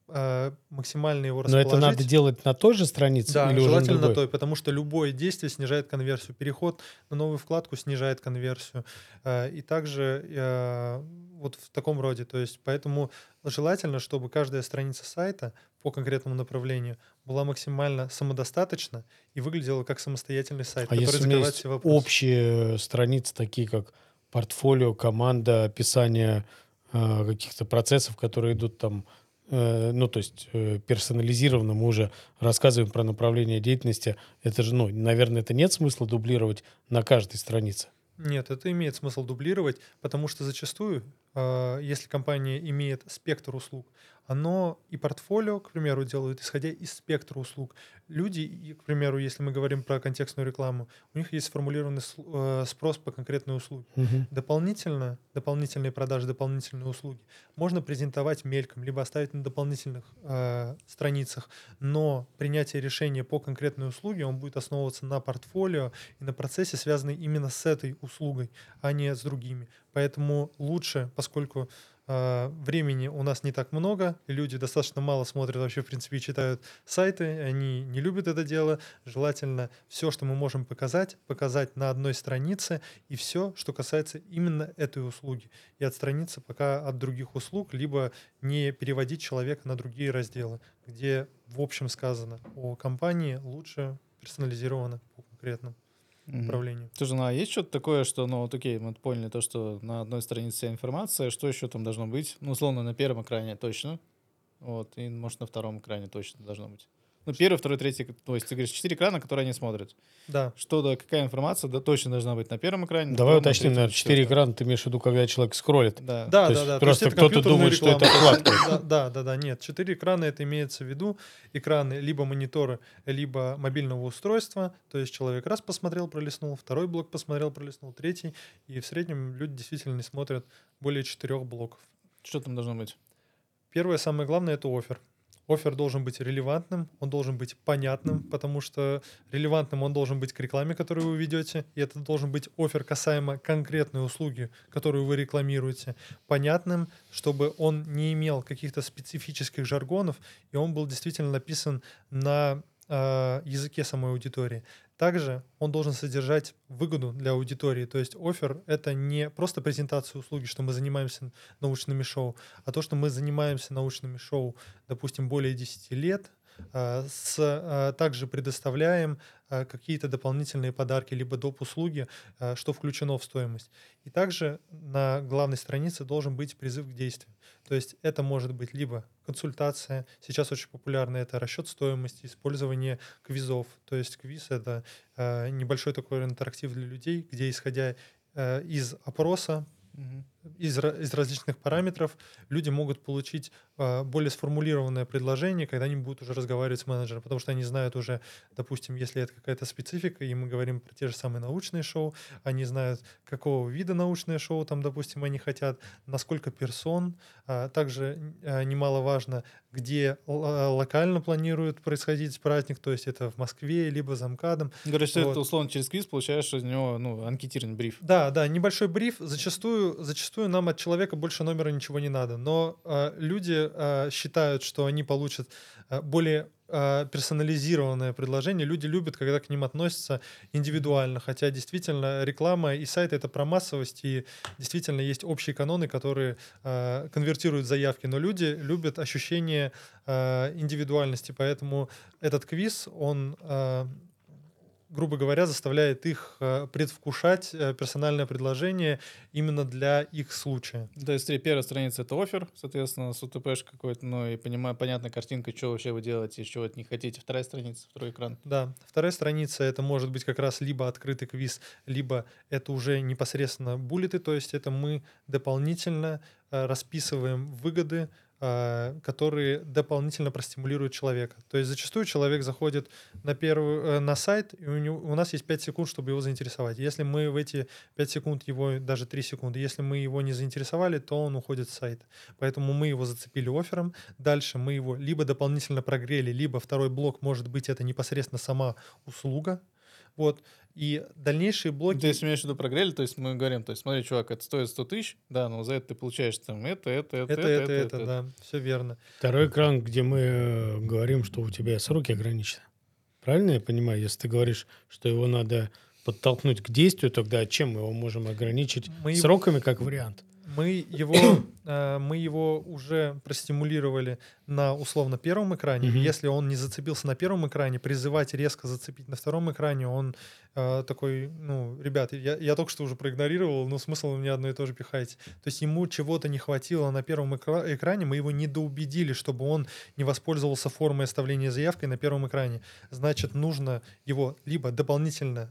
э, максимально его Но это надо расположить. делать на той же странице Да, или уже на желательно на другой? той, потому что любое действие снижает конверсию. Переход на новую вкладку снижает конверсию. Э, И также э, вот в таком роде. То есть поэтому желательно, чтобы каждая страница сайта по конкретному направлению была максимально самодостаточна и выглядела как самостоятельный сайт, А который если у меня закрывает есть все вопросы. общие страницы, такие как портфолио, команда, описание э, каких-то процессов, которые идут там, э, ну, то есть э, персонализированно, мы уже рассказываем про направление деятельности, это же, ну, наверное, это нет смысла дублировать на каждой странице. Нет, это имеет смысл дублировать, потому что зачастую, а, если компания имеет спектр услуг, оно и портфолио, к примеру, делают, исходя из спектра услуг. Люди, и, к примеру, если мы говорим про контекстную рекламу, у них есть сформулированный сл- э, спрос по конкретной услуге. Мгм. Дополнительно, дополнительные продажи, дополнительные услуги можно презентовать мельком, либо оставить на дополнительных э, страницах, но принятие решения по конкретной услуге, он будет основываться на портфолио и на процессе, связанный именно с этой услугой, а не с другими. Поэтому лучше, поскольку э, времени у нас не так много, и люди достаточно мало смотрят вообще, в принципе, и читают сайты, они не любят это дело, желательно все, что мы можем показать, показать на одной странице, и все, что касается именно этой услуги, и отстраниться пока от других услуг, либо не переводить человека на другие разделы, где в общем сказано о компании, лучше персонализировано по конкретному Мгм. направлению. Слушай, ну а есть что-то такое, что, ну вот окей, мы поняли то, что на одной странице вся информация, что еще там должно быть? Ну, условно, на первом экране точно, вот, и, может, на втором экране точно должно быть. Ну, первый, второй, третий, то есть ты говоришь, четыре экрана, которые они смотрят. Да, Что, да, какая информация, да, точно должна быть на первом экране, на Давай втором, на уточним, третьем, наверное, всё четыре там. экрана, ты имеешь в виду, когда человек скроллит. Да. да, То да, есть да. То есть просто это кто-то компьютерная думает, что реклама. это То есть, вкладка. да, да, да, да, нет. Четыре экрана это имеется в виду экраны либо монитора, либо мобильного устройства. То есть человек раз посмотрел, пролистнул, второй блок посмотрел, пролистнул, третий. И в среднем люди действительно не смотрят более четырех блоков. Что там должно быть? Первое, самое главное, это оффер. Оффер должен быть релевантным, он должен быть понятным, потому что релевантным он должен быть к рекламе, которую вы ведете, и это должен быть оффер касаемо конкретной услуги, которую вы рекламируете, понятным, чтобы он не имел каких-то специфических жаргонов, и он был действительно написан на э, языке самой аудитории. Также он должен содержать выгоду для аудитории, то есть оффер — это не просто презентация услуги, что мы занимаемся научными шоу, а то, что мы занимаемся научными шоу, допустим, более десяти лет, а, с, а, также предоставляем а, какие-то дополнительные подарки, либо доп. Услуги, а, что включено в стоимость. И также на главной странице должен быть призыв к действию. То есть это может быть либо консультация, сейчас очень популярно это расчет стоимости, использование квизов. То есть квиз — это а, небольшой такой интерактив для людей, где, исходя а, из опроса, Мгм. из, ра- из различных параметров люди могут получить а, более сформулированное предложение, когда они будут уже разговаривать с менеджером, потому что они знают уже, допустим, если это какая-то специфика, и мы говорим про те же самые научные шоу, они знают, какого вида научное шоу там, допустим, они хотят, насколько персон. А, также а, немаловажно, где л- а, локально планируют происходить праздник, то есть это в Москве, либо за МКАДом. Говоришь, что Вот. это условно через квиз получаешь из него, ну, анкетирование, бриф. Да, да, небольшой бриф. Зачастую, зачастую зачастую нам от человека больше номера ничего не надо, но э, люди э, считают, что они получат э, более э, персонализированное предложение. Люди любят, когда к ним относятся индивидуально, хотя действительно реклама и сайт — это про массовость, и действительно есть общие каноны, которые э, конвертируют заявки, но люди любят ощущение э, индивидуальности, поэтому этот квиз, он... Э, грубо говоря, заставляет их э, предвкушать э, персональное предложение именно для их случая. То есть три- первая страница — это оффер, соответственно, с УТПш какой-то, ну и понимаю, понятная картинка, что вообще вы делаете, что вы не хотите. Вторая страница, второй экран. Да, вторая страница — это может быть как раз либо открытый квиз, либо это уже непосредственно буллеты, то есть это мы дополнительно э, расписываем выгоды, э, которые дополнительно простимулируют человека. То есть зачастую человек заходит на, первую, э, на сайт, и у, него, у нас есть пять секунд, чтобы его заинтересовать. Если мы в эти пять секунд его, даже три секунды, если мы его не заинтересовали, то он уходит с сайта. Поэтому мы его зацепили оффером, дальше мы его либо дополнительно прогрели, либо второй блок, может быть, это непосредственно сама услуга. Вот. И дальнейшие блоки... Ты если имеешь в виду прогрели, то есть мы говорим, то есть смотри, чувак, это стоит сто тысяч, да, но за это ты получаешь там это, это, это, Это, это, это, это, да, все верно. Второй экран, где мы э, говорим, что у тебя сроки ограничены. Правильно я понимаю? Если ты говоришь, что его надо подтолкнуть к действию, тогда чем мы его можем ограничить? Мы его- Сроками как вариант. Мы его, э, мы его уже простимулировали на условно первом экране. Мгм. Если он не зацепился на первом экране, призывать резко зацепить на втором экране, он э, такой, ну, ребят, я, я только что уже проигнорировал, но смысл у меня одно и то же пихаете. То есть ему чего-то не хватило на первом экра- экране, мы его недоубедили, чтобы он не воспользовался формой оставления заявкой на первом экране. Значит, нужно его либо дополнительно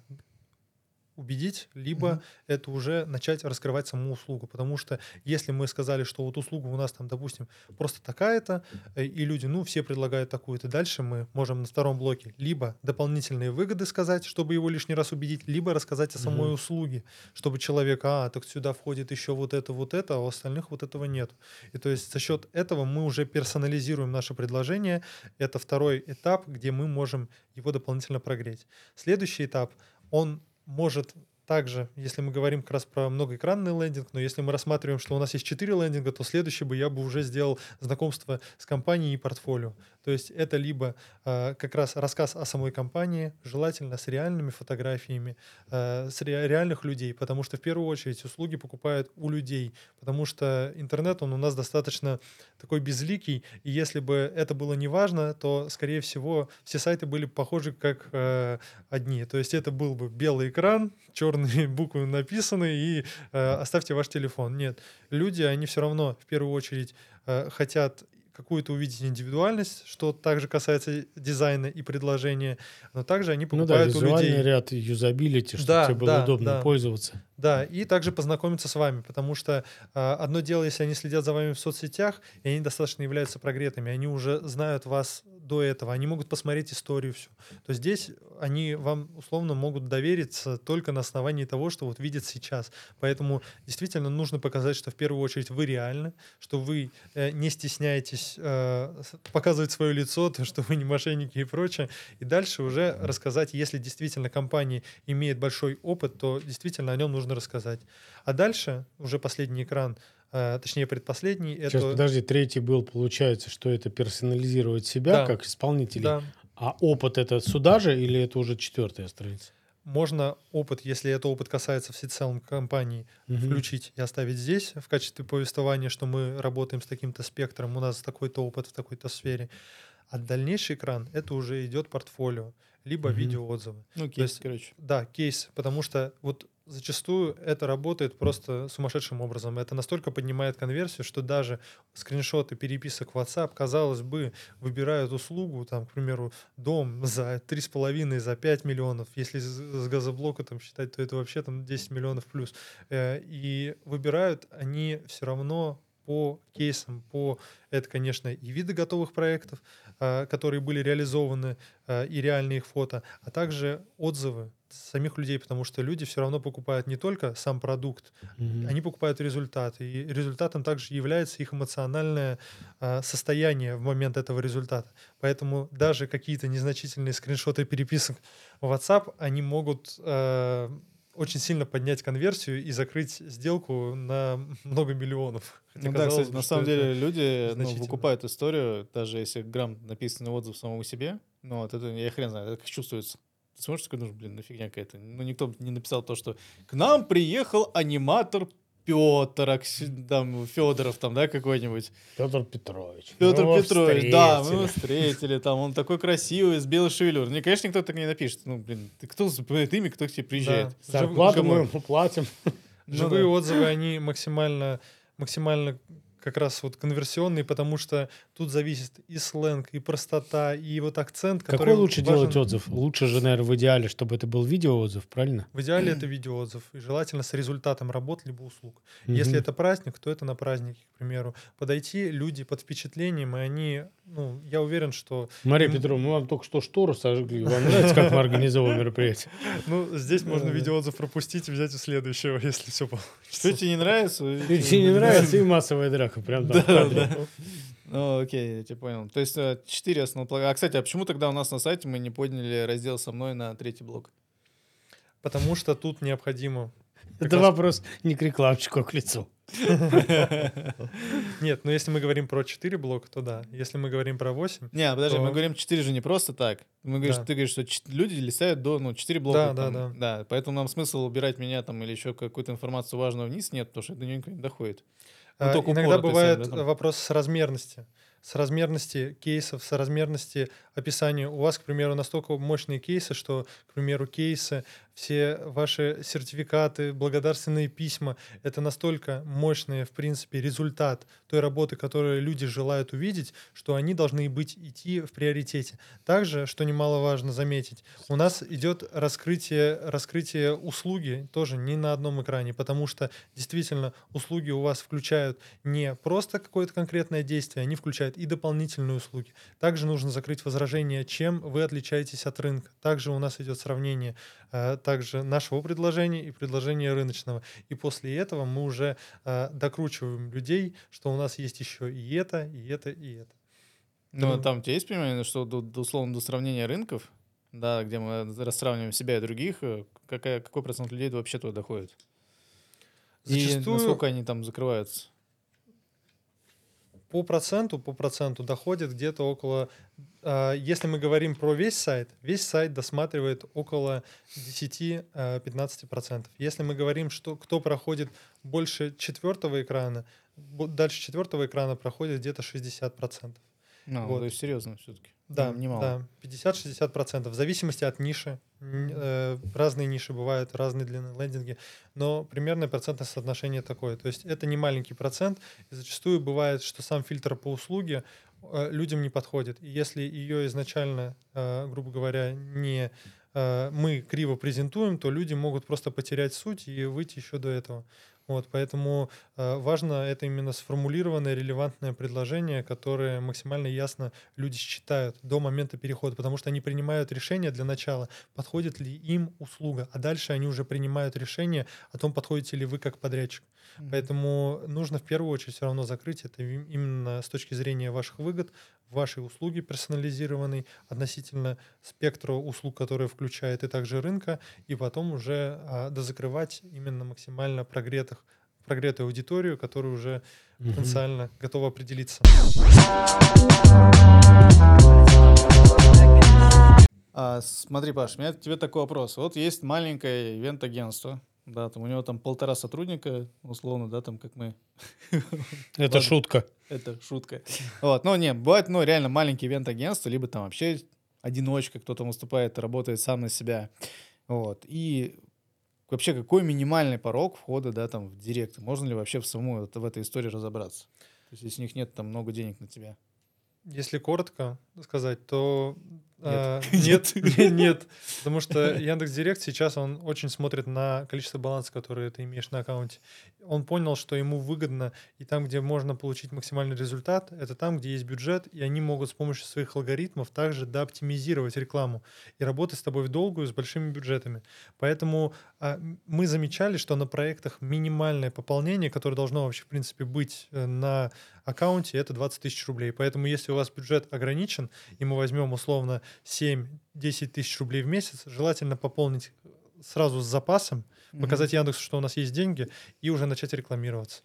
убедить, либо Мгм. это уже начать раскрывать саму услугу. Потому что если мы сказали, что вот услуга у нас там, допустим, просто такая-то, э, и люди, ну, все предлагают такую-то, дальше мы можем на втором блоке либо дополнительные выгоды сказать, чтобы его лишний раз убедить, либо рассказать о самой Мгм. услуге, чтобы человек, а, так сюда входит еще вот это, вот это, а у остальных вот этого нет. И то есть за счет этого мы уже персонализируем наше предложение. Это второй этап, где мы можем его дополнительно прогреть. Следующий этап, он может также, если мы говорим как раз про многоэкранный лендинг, но если мы рассматриваем, что у нас есть четыре лендинга, то следующий бы я бы уже сделал знакомство с компанией и портфолио. То есть это либо э, как раз рассказ о самой компании, желательно с реальными фотографиями, э, с ре- реальных людей, потому что в первую очередь услуги покупают у людей, потому что интернет, он у нас достаточно такой безликий, и если бы это было не важно, то, скорее всего, все сайты были бы похожи как э, одни. То есть это был бы белый экран, черные буквы написаны, и э, оставьте ваш телефон. Нет, люди, они все равно в первую очередь э, хотят какую-то увидеть индивидуальность, что также касается дизайна и предложения, но также они Ну да, покупают у визуальный людей. ряд, юзабилити, чтобы Да, тебе было да, удобно да. пользоваться. Да, и также познакомиться с вами, потому что а, одно дело, если они следят за вами в соцсетях, и они достаточно являются прогретыми, они уже знают вас до этого, они могут посмотреть историю всю. То здесь они вам условно могут довериться только на основании того, что вот видят сейчас. Поэтому действительно нужно показать, что в первую очередь вы реальны, что вы э, не стесняетесь э, с- показывать свое лицо, то, что вы не мошенники и прочее. И дальше уже рассказать, если действительно компания имеет большой опыт, то действительно о нем нужно рассказать. А дальше, уже последний экран, э, точнее предпоследний, Сейчас, это... подожди, третий был, получается, что это персонализировать себя Да. как исполнителей. Да, А опыт это сюда же или это уже четвертая страница? можно опыт, если это опыт касается всецелом компании, Мгм. включить и оставить здесь в качестве повествования, что мы работаем с таким-то спектром, у нас такой-то опыт в такой-то сфере. А дальнейший экран — это уже идет портфолио, либо Мгм. видеоотзывы. Ну, То кейс, есть, короче. да, кейс, потому что вот зачастую это работает просто сумасшедшим образом. Это настолько поднимает конверсию, что даже скриншоты переписок в WhatsApp, казалось бы, выбирают услугу, там, к примеру, дом за три с половиной, за пять миллионов. Если с с газоблока там считать, то это вообще там десять миллионов плюс. Э, И выбирают они все равно по кейсам, по это, конечно, и виды готовых проектов, а, которые были реализованы, а, и реальные их фото, а также отзывы самих людей, потому что люди все равно покупают не только сам продукт, Мгм. они покупают результат, и результатом также является их эмоциональное а, состояние в момент этого результата. Поэтому даже какие-то незначительные скриншоты переписок в WhatsApp, они могут а, очень сильно поднять конверсию и закрыть сделку на много миллионов. Хотя Ну да, казалось кстати, бы, на что самом это деле люди ну, значительно. выкупают историю, даже если грамотно написанный отзыв самому себе. Ну, вот это я хрен знаю, это как чувствуется. Ты смотришь, такой, ну, блин, ну фигня какая-то. Ну, никто не написал то, что к нам приехал аниматор Петр, Акси- там, Федоров, там, да, какой-нибудь. Петр Петрович. Петр Ну, Петрович, да, мы его встретили. встретили, там, он такой красивый, с белой шевелюрой. Мне, конечно, никто так не напишет. Ну, блин, ты кто запоминает имя, кто к тебе приезжает? Да. Зарплату Кому? мы ему платим. Ну Живые да. отзывы, они максимально, максимально как раз вот конверсионные, потому что тут зависит и сленг, и простота, и вот акцент, который Какой лучше важен. делать отзыв? Лучше же, наверное, в идеале, чтобы это был видеоотзыв, правильно? В идеале это видеоотзыв, и желательно с результатом работ либо услуг. Мгм. Если это праздник, то это на празднике, к примеру. Подойти люди под впечатлением, и они, ну, я уверен, что... Мария им- Петровна, мы вам только что штору сожгли. Вам нравится, как мы организовываем мероприятие? Ну, здесь можно Да, да. видеоотзыв пропустить и взять у следующего, если все получится. Что тебе не нравится? Если тебе не нравится, и массовая драка прям там в Да, кадре. да. Ну, окей, я тебя понял. То есть э, четыре основополагающих. А, кстати, а почему тогда у нас на сайте мы не подняли раздел со мной на третий блок? Потому что тут необходимо... как Это раз- вопрос не к рекламщику, а к лицу. Нет, но если мы говорим про четыре блока, то да. Если мы говорим про восемь... Не, подожди, то- мы говорим четыре же не просто так. Мы говоришь, Да. ты говоришь, что чет- люди листают до ну, четыре блока. Да, да, там, да. Поэтому нам смысл убирать меня там или еще какую-то информацию важную вниз нет, потому что до нее никто не доходит. Ну, А, только Иногда упоротый бывает сам, да, там. вопрос с размерности. С размерности кейсов, с размерности описания. У вас, к примеру, настолько мощные кейсы, что, к примеру, кейсы, все ваши сертификаты, благодарственные письма, это настолько мощный, в принципе, результат той работы, которую люди желают увидеть, что они должны быть идти в приоритете. Также, что немаловажно заметить, у нас идет раскрытие, раскрытие услуги тоже не на одном экране, потому что действительно услуги у вас включают не просто какое-то конкретное действие, они включают и дополнительные услуги. Также нужно закрыть возражение, чем вы отличаетесь от рынка. Также у нас идет сравнение э, также нашего предложения и предложения рыночного. И после этого мы уже э, докручиваем людей, что у нас есть еще и это, и это, и это. Ну, Там- там у тебя есть понимание, что до, до, условно до сравнения рынков, да, где мы рассравниваем себя и других, э, какая, какой процент людей вообще туда доходит? И Зачастую насколько они там закрываются? по проценту, по проценту доходит где-то около, а, если мы говорим про весь сайт, весь сайт досматривает около десять-пятнадцать процентов. Если мы говорим, что кто проходит больше четвертого экрана, бо- дальше четвертого экрана проходит где-то шестьдесят процентов. Ну, Вот. то есть серьезно все-таки. Да, немало. да, пятьдесят-шестьдесят процентов, в зависимости от ниши. Н- э, разные ниши бывают, разные длины лендинги, но примерное процентное соотношение такое. То есть это не маленький процент, и зачастую бывает, что сам фильтр по услуге э, людям не подходит. И если ее изначально, э, грубо говоря, не э, мы криво презентуем, то люди могут просто потерять суть и выйти еще до этого. Вот, поэтому э, важно это именно сформулированное, релевантное предложение, которое максимально ясно люди считают до момента перехода, потому что они принимают решение для начала, подходит ли им услуга, а дальше они уже принимают решение о том, подходите ли вы как подрядчик. Мгм. Поэтому нужно в первую очередь все равно закрыть это им- именно с точки зрения ваших выгод, вашей услуги персонализированной относительно спектра услуг, которые включает и также рынка, и потом уже а, дозакрывать именно максимально прогретых, прогретую аудиторию, которая уже Мгм. потенциально готова определиться. А, смотри, Паш, у меня к тебе такой вопрос. Вот есть маленькое ивент-агентство, да, там у него там полтора сотрудника, условно, да, там как мы. Это Ладно. шутка. Это шутка. Вот, ну не, бывает, ну реально маленькие ивент-агентства, либо там вообще одиночка, кто-то выступает, работает сам на себя. Вот, и вообще какой минимальный порог входа, да, там в директ? Можно ли вообще в саму это- в этой истории разобраться? То есть если у них нет там много денег на тебя. Если коротко сказать, то а, Нет. нет, не- нет, потому что Яндекс.Директ сейчас он очень смотрит на количество баланса, который ты имеешь на аккаунте. Он понял, что ему выгодно, и там, где можно получить максимальный результат, это там, где есть бюджет, и они могут с помощью своих алгоритмов также дооптимизировать рекламу и работать с тобой в долгую с большими бюджетами. Поэтому а, м- мы замечали, что на проектах минимальное пополнение, которое должно вообще, в принципе, быть э, на аккаунте, это двадцать тысяч рублей. Поэтому если у вас бюджет ограничен, и мы возьмем условно семь-десять тысяч рублей в месяц, желательно пополнить сразу с запасом, Мгм. показать Яндексу, что у нас есть деньги, и уже начать рекламироваться.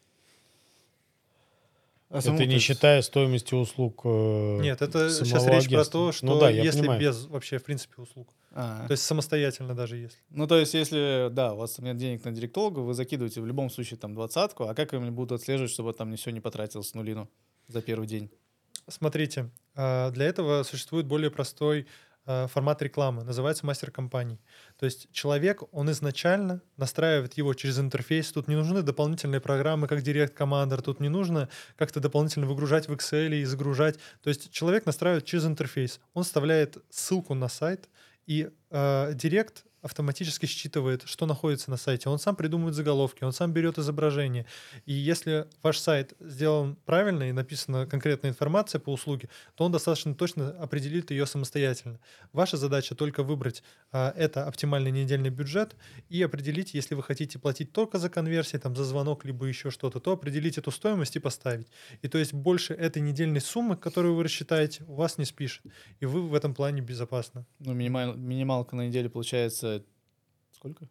А Это саму, то не есть, считая стоимости услуг э, Нет, это сейчас самого речь про агентства. то, Ну что да, я если понимаю. без вообще, в принципе, услуг. а, То есть самостоятельно даже если. Ну, то есть, если, да, у вас нет денег на директолога, вы закидываете в любом случае там двадцатку, а как они будут отслеживать, чтобы там ничего не потратилось с нулину за первый день? Смотрите, а, для этого существует более простой а, формат рекламы, называется мастер компаний. То есть человек, он изначально настраивает его через интерфейс, тут не нужны дополнительные программы, как Direct Commander, тут не нужно как-то дополнительно выгружать в Excel и загружать. То есть человек настраивает через интерфейс, он вставляет ссылку на сайт, и э, Direct автоматически считывает, что находится на сайте. Он сам придумывает заголовки, он сам берет изображение. И если ваш сайт сделан правильно и написана конкретная информация по услуге, то он достаточно точно определит ее самостоятельно. Ваша задача только выбрать а, это оптимальный недельный бюджет и определить, если вы хотите платить только за конверсии, там, за звонок, либо еще что-то, то определить эту стоимость и поставить. И то есть больше этой недельной суммы, которую вы рассчитаете, у вас не спишет. И вы в этом плане безопасны. Ну, минималь- минималка на неделю получается сколько?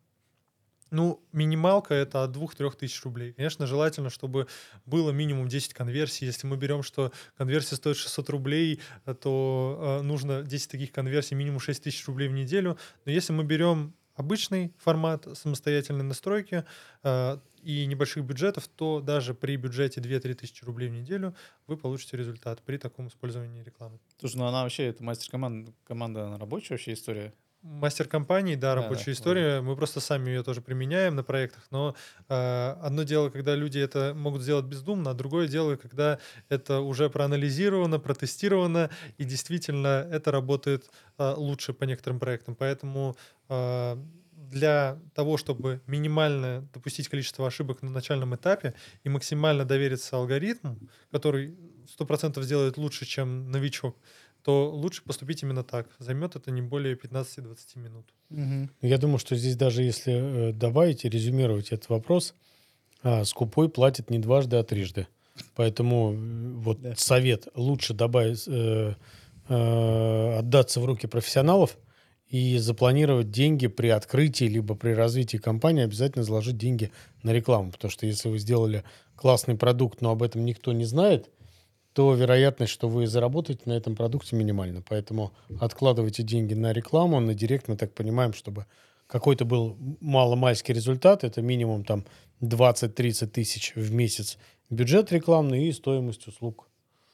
Ну, минималка — это от двух-трех тысяч рублей. Конечно, желательно, чтобы было минимум десять конверсий. Если мы берем, что конверсия стоит шестьсот рублей, э, то э, нужно десять таких конверсий, минимум шесть тысяч рублей в неделю. Но если мы берем обычный формат самостоятельной настройки э, и небольших бюджетов, то даже при бюджете две-три тысячи рублей в неделю вы получите результат при таком использовании рекламы. Слушай, ну она вообще, это мастер-команда, команда, она рабочая вообще история? Мастер компании, да, Да, рабочая да, история. Мы просто сами ее тоже применяем на проектах. Но э, одно дело, когда люди это могут сделать бездумно, а другое дело, когда это уже проанализировано, протестировано, и действительно это работает э, лучше по некоторым проектам. Поэтому э, для того, чтобы минимально допустить количество ошибок на начальном этапе и максимально довериться алгоритму, который сто процентов сделает лучше, чем новичок, то лучше поступить именно так. Займет это не более пятнадцати-двадцати минут. Мгм. Я думаю, что здесь даже если э, добавить и резюмировать этот вопрос, а, скупой платит не дважды, а трижды. Поэтому э, вот Да. совет: лучше добавить, э, э, отдаться в руки профессионалов и запланировать деньги при открытии либо при развитии компании, обязательно заложить деньги на рекламу. Потому что если вы сделали классный продукт, но об этом никто не знает, то вероятность, что вы заработаете на этом продукте, минимальна. Поэтому откладывайте деньги на рекламу, на директ, мы так понимаем, чтобы какой-то был маломальский результат. Это минимум там двадцать-тридцать тысяч в месяц бюджет рекламный и стоимость услуг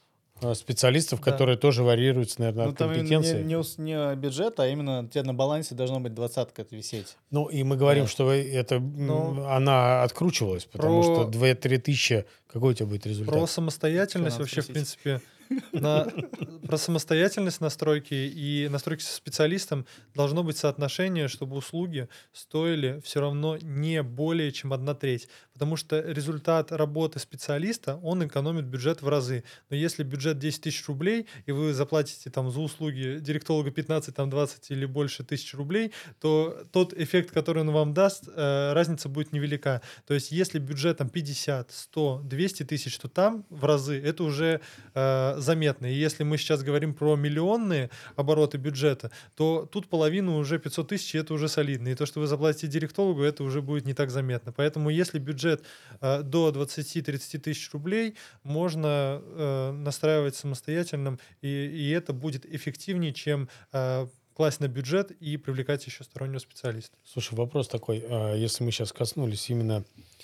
э, специалистов, Да. которые тоже варьируются, наверное, Ну, от там именно компетенции. не, не, ус- не бюджет, а именно у тебя на балансе должно быть двадцатка висеть. Ну, и мы говорим, Да. что вы- это, м, Ну, она откручивалась, потому что про- две-три тысячи, какой у тебя будет результат? Про самостоятельность Что надо вообще, в спросить? принципе, на, про самостоятельность настройки и настройки со специалистом должно быть соотношение, чтобы услуги стоили все равно не более чем одна треть. Потому что результат работы специалиста, он экономит бюджет в разы. Но если бюджет десять тысяч рублей, и вы заплатите там за услуги директолога пятнадцать, там, двадцать или больше тысяч рублей, то тот эффект, который он вам даст, э, разница будет невелика. То есть если бюджет там пятьдесят, сто, двести тысяч, то там в разы это уже э, заметно. И если мы сейчас говорим про миллионные обороты бюджета, то тут половину уже пятьсот тысяч, и это уже солидно. И то, что вы заплатите директологу, это уже будет не так заметно. Поэтому если бюджет э, до двадцати-тридцати тысяч рублей, можно э, настраивать самостоятельным, и, и это будет эффективнее, чем э, класть на бюджет и привлекать еще стороннего специалиста. Слушай, вопрос такой. а, Если мы сейчас коснулись именно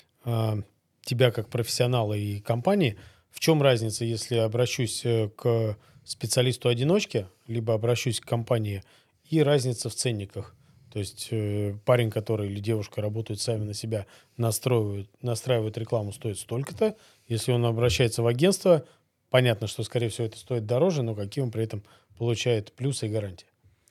а, тебя как профессионала и компании, в чем разница, если обращусь э, к специалисту-одиночке, либо обращусь к компании, и разница в ценниках? То есть э, парень, который или девушка работают сами на себя, настраивают, настраивают рекламу, стоит столько-то. Если он обращается в агентство, понятно, что, скорее всего, это стоит дороже, но какие он при этом получает плюсы и гарантии?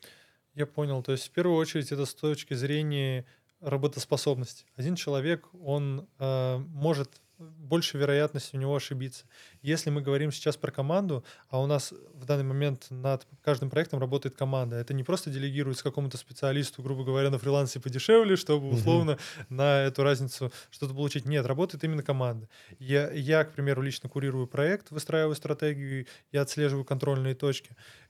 Я понял. То есть в первую очередь это с точки зрения работоспособности. Один человек, он э, может больше вероятности у него ошибиться. Если мы говорим сейчас про команду, а у нас в данный момент над каждым проектом работает команда, это не просто делегируется какому-то специалисту, грубо говоря, на фрилансе подешевле, чтобы Мгм. условно на эту разницу что-то получить. Нет, работает именно команда. Я, я, к примеру, лично курирую проект, выстраиваю стратегию, я отслеживаю контрольные точки.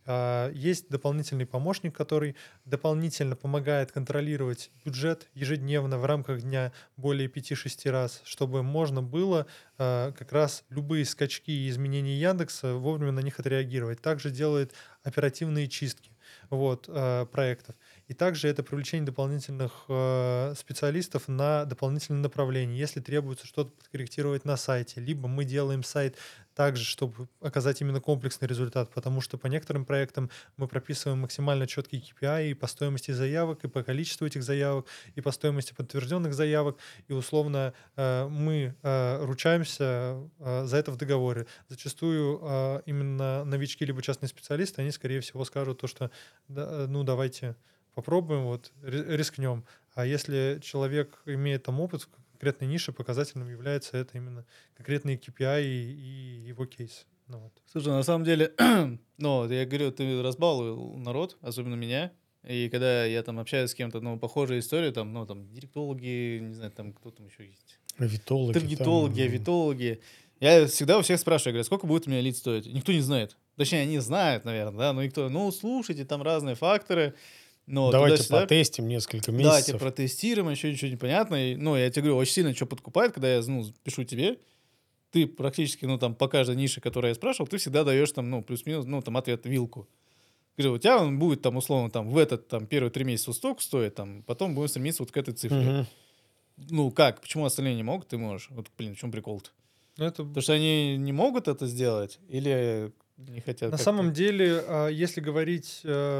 А, Есть дополнительный помощник, который дополнительно помогает контролировать бюджет ежедневно в рамках дня более пяти-шести раз, чтобы можно было а, как раз любые скачки и изменения Яндекса вовремя на них отреагировать. Также делает оперативные чистки вот, а, проектов. И также это привлечение дополнительных э, специалистов на дополнительные направления. Если требуется что-то подкорректировать на сайте, либо мы делаем сайт также, чтобы оказать именно комплексный результат, потому что по некоторым проектам мы прописываем максимально четкие кей пи ай и по стоимости заявок, и по количеству этих заявок, и по стоимости подтвержденных заявок, и условно э, мы э, ручаемся э, за это в договоре. Зачастую э, именно новички либо частные специалисты, они, скорее всего, скажут то, что да, ну давайте попробуем, вот, рискнем. А если человек имеет там опыт в конкретной нише, показательным является это именно конкретные кей пи ай и его кейс. Ну, вот. Слушай, на самом деле, ну, я говорю, ты разбаловал народ, особенно меня. И когда я там общаюсь с кем-то, ну, похожая история, там, ну, там, директологи, не знаю, там, кто там еще есть. Авитологи. Таргетологи, там... авитологи. Я всегда у всех спрашиваю, говорю, сколько будет у меня лид стоить? Никто не знает. Точнее, они знают, наверное, да, но никто, ну, слушайте, там разные факторы. Но давайте потестим несколько месяцев. Давайте протестируем, еще ничего не понятно. И, ну, я тебе говорю, очень сильно что подкупает, когда я, ну, пишу тебе, ты практически, ну, там, по каждой нише, которую я спрашивал, ты всегда даешь там, ну, плюс-минус, ну, там, ответ вилку. Говорю, у тебя он будет там, условно, там, в этот, там, первые три месяца вот столько стоит, там, потом будем стремиться вот к этой цифре. Угу. Ну, как? Почему остальные не могут, ты можешь? Вот, блин, в чем прикол-то? Ну, это... Потому что они не могут это сделать или не хотят? На самом деле, если говорить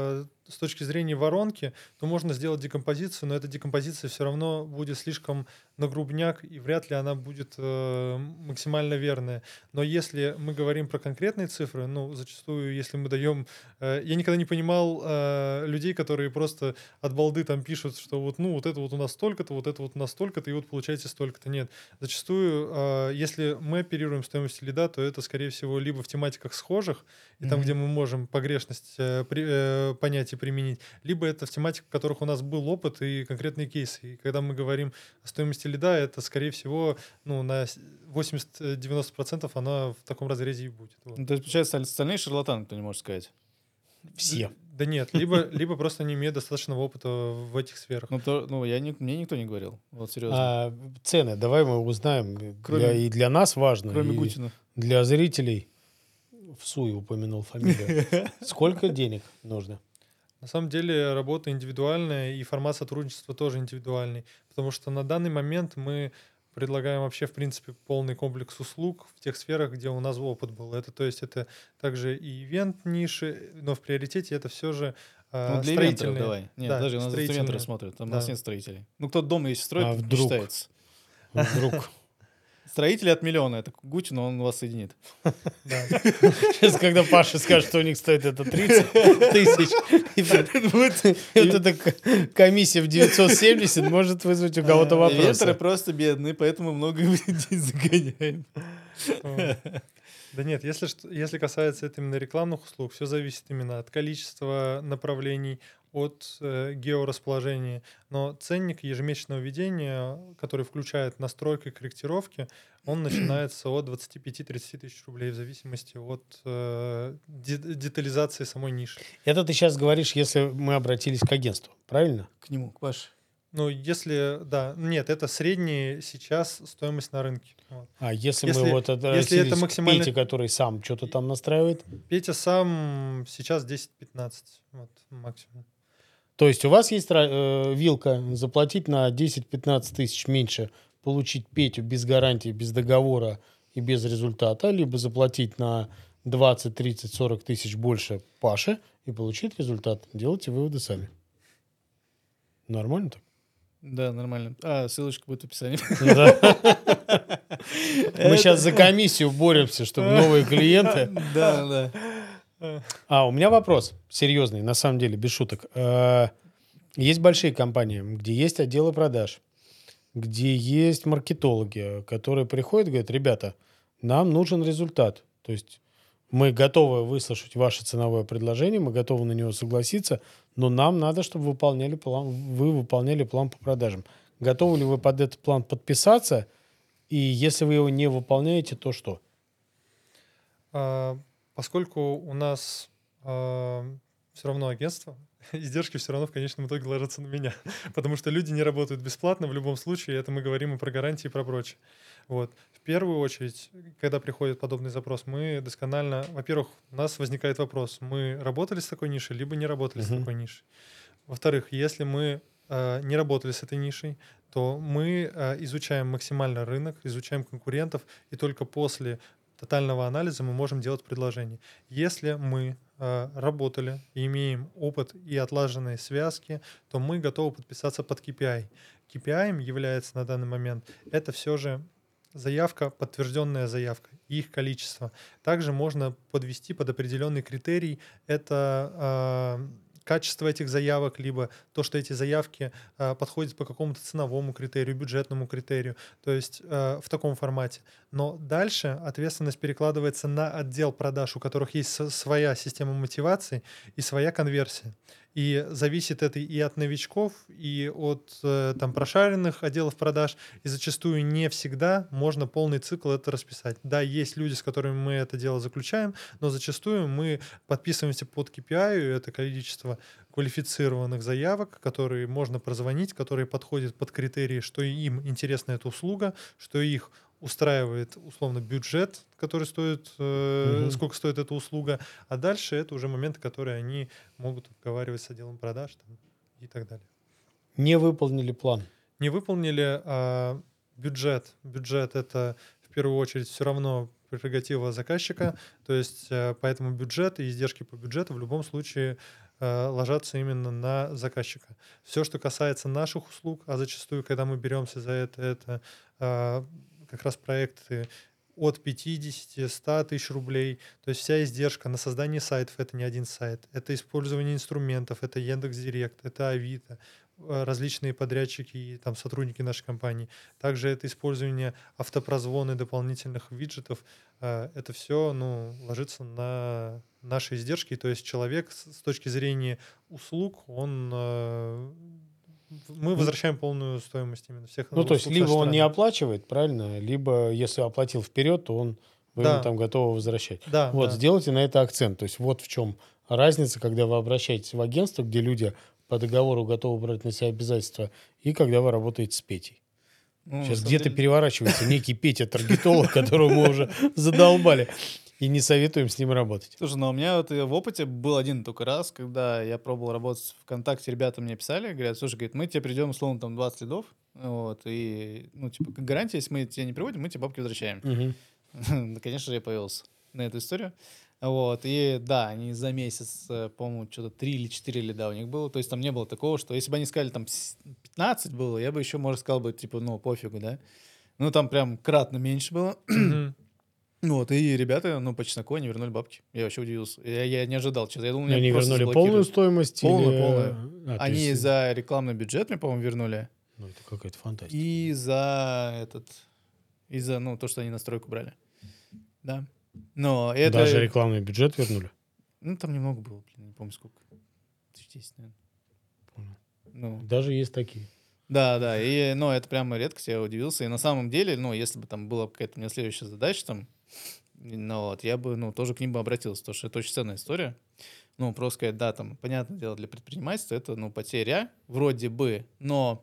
с точки зрения воронки, то можно сделать декомпозицию, но эта декомпозиция все равно будет слишком на грубняк, и вряд ли она будет э, максимально верная. Но если мы говорим про конкретные цифры, ну, зачастую, если мы даем... Э, я никогда не понимал э, людей, которые просто от балды там пишут, что вот, ну, вот это вот у нас столько-то, вот это вот у нас столько-то, и вот получаете столько-то. Нет. Зачастую, э, если мы оперируем стоимостью лида, то это, скорее всего, либо в тематиках схожих, и mm-hmm. там, где мы можем погрешность э, при, э, понять и применить, либо это в тематиках, в которых у нас был опыт и конкретные кейсы. И когда мы говорим о стоимости лида, это, скорее всего, ну, на восемьдесят-девяносто процентов она в таком разрезе и будет. Вот. Ну, то есть, получается, остальные шарлатаны, кто не может сказать? Все. Да нет, либо, либо просто не имеют достаточного опыта в этих сферах. Ну, то, ну я не, мне никто не говорил. Вот серьезно. А, цены, давай мы узнаем. Кроме, для, и для нас важно. Кроме и Гутина. Для зрителей. В Суе упомянул фамилию. Сколько денег нужно? На самом деле работа индивидуальная, и формат сотрудничества тоже индивидуальный, потому что на данный момент мы предлагаем вообще, в принципе, полный комплекс услуг в тех сферах, где у нас опыт был. Это, то есть это также и ивент-ниши, но в приоритете это все же ну, для строительные. Давай. Нет, да, даже у нас инструменты смотрят, там да. У нас нет строителей. Ну, кто дома если строит, а вдруг, не считается. Вдруг... Строители от миллиона. Это Гутин, он вас соединит. Сейчас, когда Паша скажет, что у них стоит это тридцать тысяч, и вот эта комиссия в девятьсот семьдесят может вызвать у кого-то вопросы. Риэлторы просто бедные, поэтому много людей загоняем. Да нет, если, если касается это именно рекламных услуг, все зависит именно от количества направлений, от э, георасположения. Но ценник ежемесячного ведения, который включает настройки и корректировки, он начинается от двадцати пяти - тридцати тысяч рублей в зависимости от э, де- детализации самой ниши. Это ты сейчас говоришь, если мы обратились к агентству, правильно? К нему, к Паше. Ну, если, да, нет, это средняя сейчас стоимость на рынке. Вот. А если, если мы вот если это максимально... к Пете, который сам что-то там настраивает? Петя сам сейчас десять-пятнадцать, вот, максимум. То есть у вас есть э, вилка заплатить на десять-пятнадцать тысяч меньше, получить Петю без гарантии, без договора и без результата, либо заплатить на двадцать, тридцать, сорок тысяч больше Паше и получить результат. Делайте выводы сами. Нормально так? Да, нормально. А, ссылочка будет в описании. Мы сейчас за комиссию боремся, чтобы новые клиенты... Да, да. А, у меня вопрос серьезный, на самом деле, без шуток. Есть большие компании, где есть отделы продаж, где есть маркетологи, которые приходят и говорят: ребята, нам нужен результат. То есть мы готовы выслушать ваше ценовое предложение, мы готовы на него согласиться, но нам надо, чтобы выполняли план, вы выполняли план по продажам. Готовы ли вы под этот план подписаться? И если вы его не выполняете, то что? А, поскольку у нас все равно агентство, издержки все равно в конечном итоге ложатся на меня, потому что люди не работают бесплатно в любом случае, это мы говорим и про гарантии, и про прочее. Вот. В первую очередь, когда приходит подобный запрос, мы досконально, во-первых, у нас возникает вопрос, мы работали с такой нишей, либо не работали Мгм. с такой нишей. Во-вторых, если мы э, не работали с этой нишей, то мы э, изучаем максимально рынок, изучаем конкурентов, и только после тотального анализа мы можем делать предложение. Если мы э, работали и имеем опыт и отлаженные связки, то мы готовы подписаться под кей пи ай. кей пи ай является на данный момент это все же заявка, подтвержденная заявка, и их количество. Также можно подвести под определенный критерий. Это э, качество этих заявок, либо то, что эти заявки э, подходят по какому-то ценовому критерию, бюджетному критерию, то есть э, в таком формате. Но дальше ответственность перекладывается на отдел продаж, у которых есть со- своя система мотивации и своя конверсия. И зависит это и от новичков, и от э, там, прошаренных отделов продаж, и зачастую не всегда можно полный цикл это расписать. Да, есть люди, с которыми мы это дело заключаем, но зачастую мы подписываемся под кей пи ай, это количество квалифицированных заявок, которые можно прозвонить, которые подходят под критерии, что им интересна эта услуга, что их устраивает условно бюджет, который стоит, э, Мгм. сколько стоит эта услуга, а дальше это уже моменты, которые они могут обговаривать с отделом продаж там, и так далее. Не выполнили план. Не выполнили а, бюджет. Бюджет — это в первую очередь все равно прерогатива заказчика, то есть э, поэтому бюджет и издержки по бюджету в любом случае э, ложатся именно на заказчика. Все, что касается наших услуг, а зачастую, когда мы беремся за это, это а, как раз проекты от пятидесяти-ста тысяч рублей. То есть вся издержка на создание сайтов — это не один сайт. Это использование инструментов, это Яндекс.Директ, это Авито, э, различные подрядчики и там сотрудники нашей компании. Также это использование автопрозвона и дополнительных виджетов. Э, Это все, ну, ложится на наши издержки. То есть человек с с точки зрения услуг, он э, в- мы возвращаем полную стоимость именно всех Ну, то есть, услуг с либо нашей он не стороны. оплачивает, правильно, либо если оплатил вперед, то он вы ему Да, там готовы возвращать. да, Вот, да. сделайте на это акцент. То есть, вот в чем разница, когда вы обращаетесь в агентство, где люди по договору готовы брать на себя обязательства, и когда вы работаете с Петей. Ну, на Сейчас самом где-то деле, переворачивается некий Петя, таргетолог, которого мы уже задолбали, и не советуем с ним работать. слушай, ну у меня вот и в опыте был один только раз, когда я пробовал работать в ВКонтакте, ребята мне писали, говорят, слушай, говорит, мы тебе придем, условно, там двадцать лидов, вот, и, ну, типа, как гарантия, если мы тебе не приводим, мы тебе бабки возвращаем. Мгм. Ну, конечно же, я повелся на эту историю. Вот, и да, они за месяц, э, по-моему, что-то три или четыре лида у них было. То есть там не было такого, что если бы они сказали, там с- пятнадцать было, я бы еще, может, сказал бы, типа, ну, пофигу, да. Ну, там прям кратно меньше было. Мгм. Вот, и ребята, ну, по чесноку, они вернули бабки. Я вообще удивился. Я, я не ожидал, честно. Я думал, меня Они просто вернули полную заблокируют. стоимость Полную, или... полную. А, то Они есть, за рекламный бюджет мне, по-моему, вернули. ну, это какая-то фантастика. И за этот... И за, ну, то, что они настройку брали. Да. Но это... Даже рекламный бюджет вернули? Ну, там немного было, блин, не помню сколько. Тысяч десять, наверное. Понял. Ну, Даже есть такие. да, да, и, ну, это прямо редкость, я удивился. И на самом деле, ну, если бы там была какая-то у меня следующая задача, там, ну, вот, я бы, ну, тоже к ним бы обратился, потому что это очень ценная история. Ну, просто сказать, да, там, понятное дело, для предпринимательства это, ну, потеря, вроде бы, но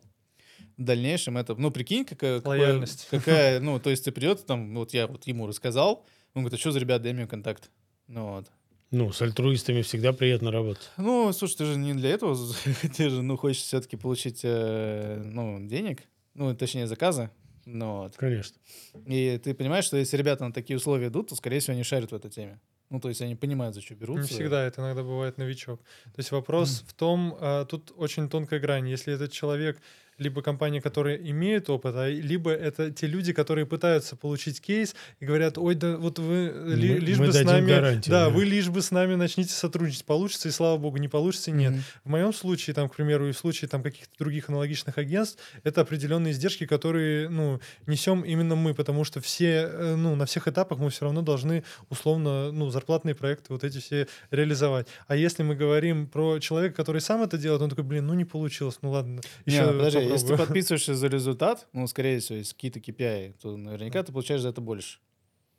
в дальнейшем это, ну, прикинь, какая, какое- Лояльность. какая, ну, то есть ты придет, там, вот я вот ему рассказал, он говорит, а что за ребят, дай мне контакт. Ну, вот. Ну, с альтруистами всегда приятно работать. Ну, слушай, ты же не для этого, ты же, ну, хочешь все-таки получить, э, ну, денег, ну, точнее, заказы, ну, вот. Конечно. И ты понимаешь, что если ребята на такие условия идут, то, скорее всего, они шарят в этой теме. Ну, то есть они понимают, за что Не берутся. всегда, это иногда бывает новичок. То есть вопрос в том, а, тут очень тонкая грань. Если этот человек либо компания, которая имеет опыт, а либо это те люди, которые пытаются получить кейс и говорят, ой, да вот вы ли- Мы- лишь мы бы с дадим нами, гарантию, да, да. вы лишь бы с нами начните сотрудничать, получится, и слава богу, не получится, нет. Мгм. В моем случае, там, к примеру, и в случае там каких-то других аналогичных агентств, это определенные издержки, которые, ну, несем именно мы, потому что все, э, ну, на всех этапах мы все равно должны условно, ну, зарплатные проекты вот эти все реализовать. А если мы говорим про человека, который сам это делает, он такой, блин, ну не получилось, ну ладно, Не, еще ну, подожди, если ты попробую. подписываешься за результат, ну, скорее всего, если какие-то кей пи ай, то наверняка ты получаешь за это больше.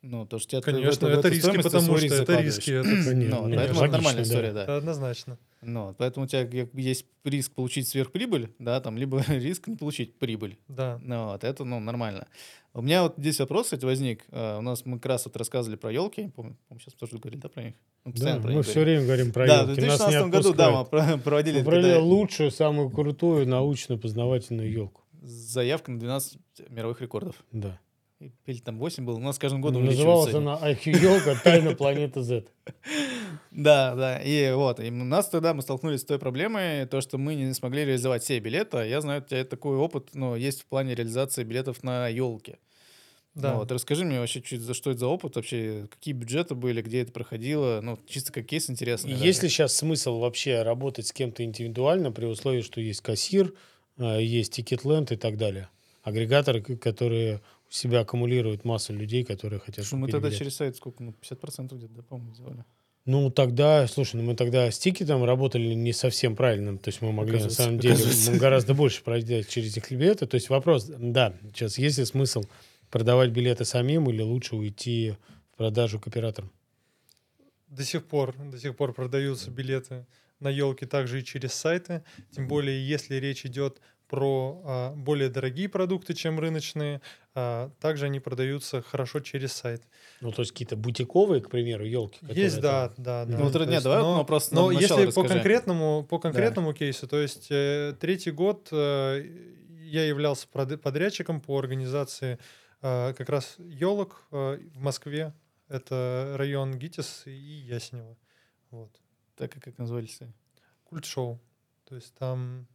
Ну, то, что тебя Конечно, это риски, потому что это риски. Это, ну, не, поэтому это нормальная история, да. это однозначно. Ну, поэтому у тебя есть риск получить сверхприбыль, да, там, либо риск не получить прибыль. Да. Ну, вот, это, ну, нормально. У меня вот здесь вопрос, кстати, возник. Uh, у нас мы как раз вот рассказывали про елки. Помню, сейчас тоже говорили, да, про них? Да, Мы, постоянно про мы них все говорим. время говорим про Да, елки. в две тысячи шестнадцатом году, да, мы проводили... Мы провели когда... лучшую, самую крутую научно-познавательную елку. Заявка на двенадцать мировых рекордов. Да. Или там восемь было, у нас с каждым годом называлась она ай кью елка «Тайна планеты Z». Да, да, и вот, и у нас тогда мы столкнулись с той проблемой, то, что мы не смогли реализовать все билеты. Я знаю, у тебя такой опыт, ну, есть в плане реализации билетов на елке. Да. Ну, вот, расскажи мне вообще, чуть, за что это за опыт вообще, какие бюджеты были, где это проходило, ну, чисто как кейс интересный. Есть ли сейчас смысл вообще работать с кем-то индивидуально при условии, что есть кассир, есть тикетленд и так далее? Агрегаторы, которые у себя аккумулируют массу людей, которые хотят... Что мы тогда билет. Через сайт сколько, ну, пятьдесят процентов где-то, да, по-моему, сделали. Ну, тогда, слушай, ну мы тогда с тикетом работали не совсем правильно. То есть мы могли, на самом деле, мы гораздо больше продать через их билеты. То есть вопрос, да, сейчас есть ли смысл продавать билеты самим или лучше уйти в продажу к операторам? До сих пор, до сих пор продаются билеты на елки также и через сайты. Тем более, если речь идет про а, более дорогие продукты, чем рыночные, а, также они продаются хорошо через сайт. Ну, то есть какие-то бутиковые, к примеру, елки? Есть, да, да, да. Ну, вот, нет, есть, давай но, просто но если по конкретному, по конкретному да. кейсу, то есть э, третий год э, я являлся подрядчиком по организации э, как раз елок э, в Москве. Это район ГИТИС и Ясенево. Вот. Так, как назывались? Культ-шоу. То есть там...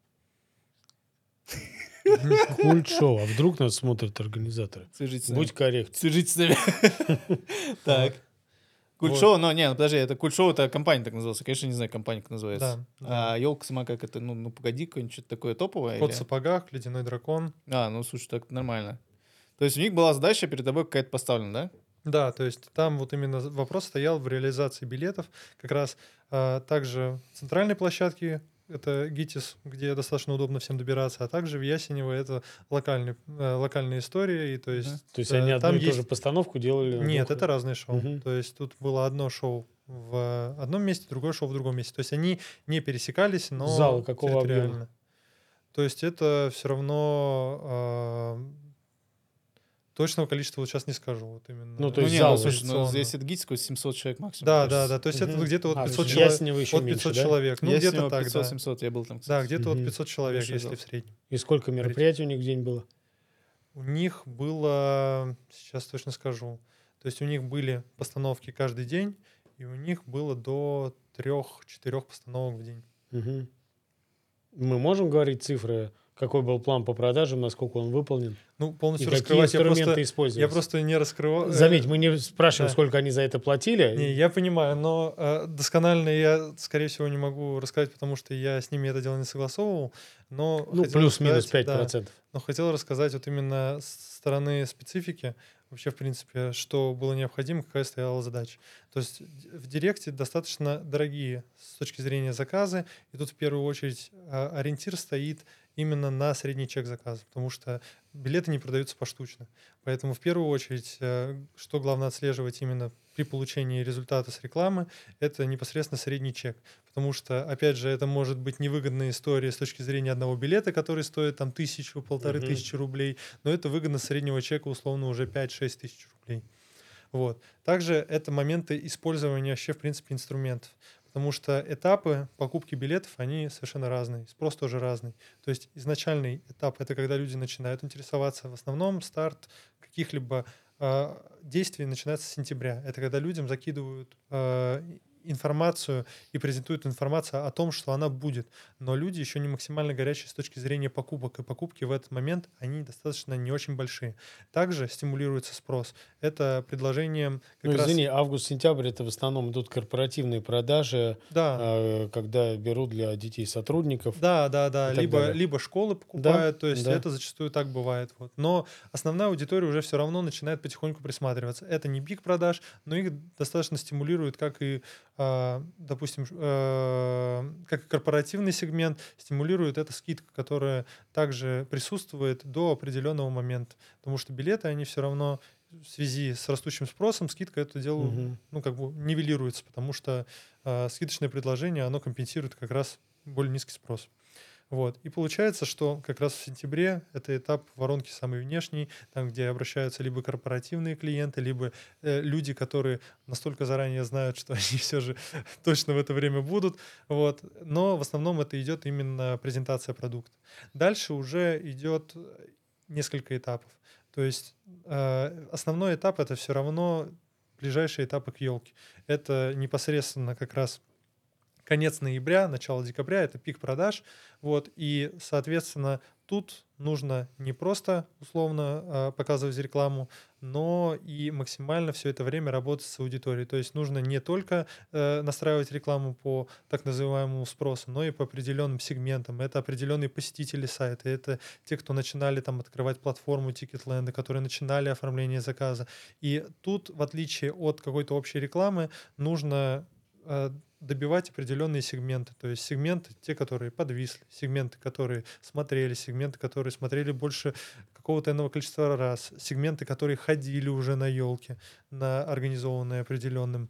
Культ-шоу. А вдруг нас смотрят организаторы? Свяжитесь Будь корректен. Свяжитесь с нами. Так. Культ-шоу, но не, подожди, это культ-шоу, это компания так называется. Конечно, не знаю, компания как называется. А елка сама как это, ну, погоди, какое-нибудь что-то такое топовое? Кот в сапогах, ледяной дракон. А, ну, слушай, так нормально. То есть у них была задача перед тобой какая-то поставлена, да? Да, то есть там вот именно вопрос стоял в реализации билетов. Как раз а, также центральной площадки, это ГИТИС, где достаточно удобно всем добираться, а также в Ясенево это локальный, э, локальная история. И, то есть, uh-huh. то есть они одну и ту же постановку делали? Нет, это разные шоу. Uh-huh. То есть тут было одно шоу в одном месте, другое шоу в другом месте. То есть они не пересекались, но залы какого объема? То есть это все равно... Э, Точного количества вот сейчас не скажу. Вот именно. Ну, то есть, ну, зал, слушай, ну, здесь это ГИТИС семьсот человек максимум. Да, да, да. То есть, угу. это где-то вот пятьсот, а, человек, от пятьсот меньше, человек. Да? Ну, где-то так, пятьсот-семьсот, да. Я был там, кстати. Да, где-то угу. вот пятьсот человек, Хорошо, если да. в среднем. И сколько мероприятий у них в день было? У них было, сейчас точно скажу, то есть у них были постановки каждый день, и у них было до трех-четырех постановок в день. Угу. Мы можем говорить цифры? Какой был план по продажам, насколько он выполнен? Ну, полностью и раскрывать какие инструменты я просто, я просто не раскрываю. Заметь, мы не спрашиваем, да. сколько они за это платили. Не, я понимаю, но э, досконально я, скорее всего, не могу рассказать, потому что я с ними это дело не согласовывал. Но ну, плюс-минус пять процентов. Да, но хотел рассказать вот именно с стороны специфики, вообще, в принципе, что было необходимо, какая стояла задача. То есть в Директе достаточно дорогие с точки зрения заказа, и тут в первую очередь ориентир стоит именно на средний чек заказа, потому что билеты не продаются поштучно. Поэтому в первую очередь, что главное отслеживать именно при получении результата с рекламы, это непосредственно средний чек. Потому что, опять же, это может быть невыгодная история с точки зрения одного билета, который стоит там тысячу, полторы uh-huh. тысячи рублей, но это выгодно среднего чека условно уже пять-шесть тысяч рублей. Вот. Также это моменты использования вообще, в принципе, инструментов. Потому что этапы покупки билетов, они совершенно разные, спрос тоже разный. То есть изначальный этап — это когда люди начинают интересоваться. В основном старт каких-либо э, действий начинается с сентября. Это когда людям закидывают э, информацию и презентуют информацию о том, что она будет. Но люди еще не максимально горячие с точки зрения покупок. И покупки в этот момент, они достаточно не очень большие. Также стимулируется спрос. Это предложением... Как ну, раз... извини, август-сентябрь — это в основном идут корпоративные продажи, да. э, когда берут для детей сотрудников. Да, да, да. Либо, либо школы покупают, да? то есть да. это зачастую так бывает. Вот. Но основная аудитория уже все равно начинает потихоньку присматриваться. Это не пик продаж, но их достаточно стимулирует, как и допустим, как и корпоративный сегмент, стимулирует эта скидка, которая также присутствует до определенного момента. Потому что билеты, они все равно в связи с растущим спросом скидка это дело, Мгм. ну, как бы нивелируется, потому что э, скидочное предложение, оно компенсирует как раз более низкий спрос. Вот. И получается, что как раз в сентябре это этап воронки самый внешний, там, где обращаются либо корпоративные клиенты, либо э, люди, которые настолько заранее знают, что они все же точно в это время будут. Вот. Но в основном это идет именно презентация продукта. Дальше уже идет несколько этапов. То есть э, основной этап это все равно ближайшие этапы к елке. Это непосредственно как раз конец ноября, начало декабря — это пик продаж. Вот, и, соответственно, тут нужно не просто условно э, показывать рекламу, но и максимально все это время работать с аудиторией. То есть нужно не только э, настраивать рекламу по так называемому спросу, но и по определенным сегментам. Это определенные посетители сайта, это те, кто начинали там открывать платформу Ticketland, которые начинали оформление заказа. И тут, в отличие от какой-то общей рекламы, нужно э, добивать определенные сегменты. То есть сегменты, те, которые подвисли, сегменты, которые смотрели, сегменты, которые смотрели больше какого-то иного количества раз, сегменты, которые ходили уже на елке, на организованные определенным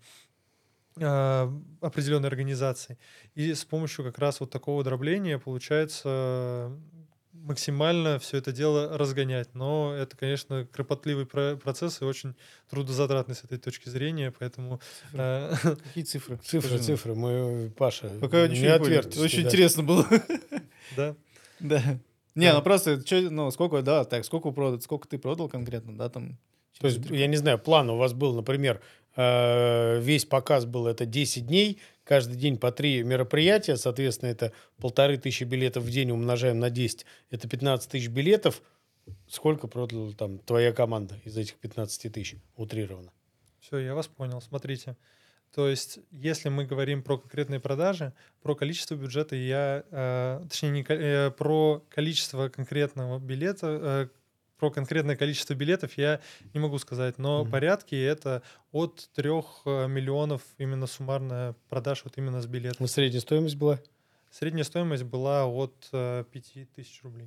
э, определенной организацией. И с помощью как раз вот такого дробления получается максимально все это дело разгонять. Но это, конечно, кропотливый про- процесс и очень трудозатратный с этой точки зрения, поэтому... э, Какие цифры? Цифры, Скажи нам. цифры. Мы, Паша, Пока я не ничего не понял. отвертишься, Очень да. интересно было. Да. Да. Не, Да. ну просто, чё- ну, сколько, да, так, сколько продал, сколько ты продал конкретно, да, там? То есть, я не знаю, план у вас был, например, э, весь показ был это десять дней, каждый день по три мероприятия, соответственно, это полторы тысячи билетов в день умножаем на десять, это пятнадцать тысяч билетов. Сколько продала там твоя команда из этих пятнадцати тысяч, утрированно? Все, я вас понял. Смотрите. То есть, если мы говорим про конкретные продажи, про количество бюджета я, э, точнее, не, ко- э, про количество конкретного билета, э, про конкретное количество билетов я не могу сказать, но Мгм. порядки это от трех миллионов именно суммарная продаж вот именно с билетов. Ну, средняя стоимость была? Средняя стоимость была от пяти тысяч рублей.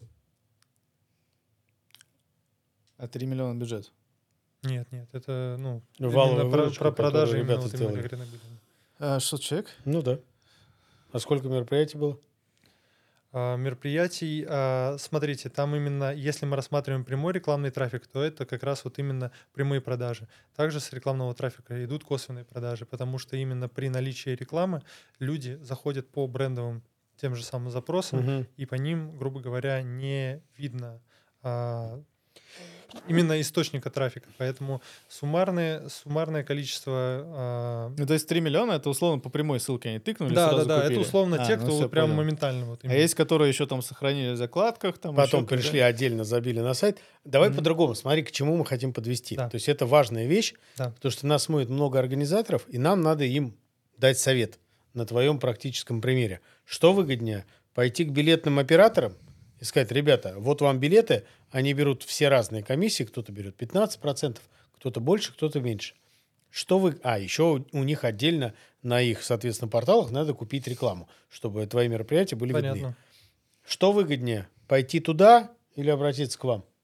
А три миллиона бюджет. Нет, нет, это, ну, Валовая именно про, выручка, про продажи которую именно ребята вот именно сделали. конкретных билетов. А, шестьсот человек? Ну да. А сколько мероприятий было? А, мероприятий, а, смотрите, там именно, если мы рассматриваем прямой рекламный трафик, то это как раз вот именно прямые продажи. Также с рекламного трафика идут косвенные продажи, потому что именно при наличии рекламы люди заходят по брендовым тем же самым запросам, Мгм. и по ним, грубо говоря, не видно а, именно источника трафика. Поэтому суммарное, суммарное количество... а, Ну, то есть три миллиона, это условно по прямой ссылке они тыкнули, да, да, сразу да, это купили. условно А, те, ну кто всё, вот прям понял. моментально вот А именно. есть, которые еще там сохранили в закладках, там Потом еще когда- пришли отдельно, забили на сайт. Давай Мгм. по-другому. Смотри, к чему мы хотим подвести. Да. То есть это важная вещь, Да. потому что нас смотрит много организаторов, и нам надо им дать совет на твоем практическом примере. Что выгоднее? Пойти к билетным операторам и сказать: ребята, вот вам билеты, они берут все разные комиссии, кто-то берет пятнадцать процентов, кто-то больше, кто-то меньше. Что вы... А, еще у них отдельно на их, соответственно, порталах надо купить рекламу, чтобы твои мероприятия были видны. Понятно. Что выгоднее? Пойти туда или обратиться к вам?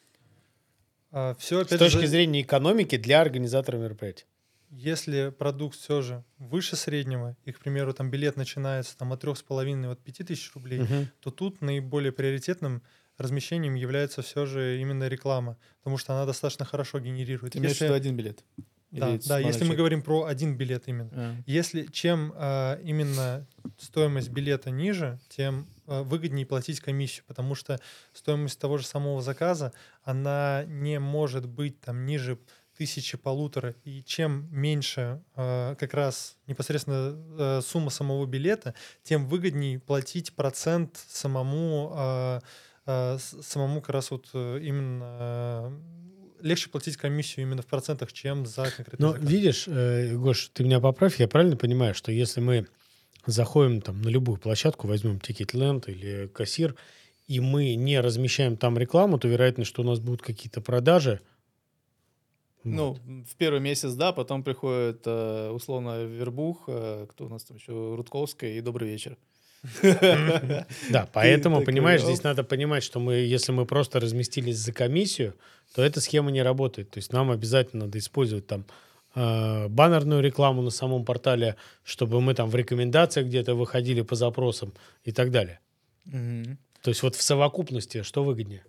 Все, С опять точки же, зрения экономики для организатора мероприятия. если продукт все же выше среднего, и, к примеру, там билет начинается там, от трех с половиной от пяти тысяч рублей, Мгм. то тут наиболее приоритетным размещением является все же именно реклама, потому что она достаточно хорошо генерирует. Ты имеешь в Если- виду один билет? Да, Или да, если мы смотря говорим про один билет именно. А. Если чем а, именно стоимость билета ниже, тем а, выгоднее платить комиссию, потому что стоимость того же самого заказа, она не может быть там ниже тысячи полутора, и чем меньше а, как раз непосредственно а, сумма самого билета, тем выгоднее платить процент самому а, а, с- самому как раз вот э, именно а, легче платить комиссию именно в процентах, чем за конкретный Но заказ. видишь, э, Гош, ты меня поправь, я правильно понимаю, что если мы заходим там на любую площадку, возьмем Ticketland или кассир, и мы не размещаем там рекламу, то вероятность, что у нас будут какие-то продажи. Ну, вот. в первый месяц, да, потом приходит, э, условно, Вербух, э, кто у нас там еще, Рудковская и Добрый вечер. Да, поэтому, такой, понимаешь, оп. здесь надо понимать, что мы, если мы просто разместились за комиссию, то эта схема не работает. То есть нам обязательно надо использовать там э, баннерную рекламу на самом портале, чтобы мы там в рекомендациях где-то выходили по запросам и так далее. Мгм. То есть вот в совокупности что выгоднее?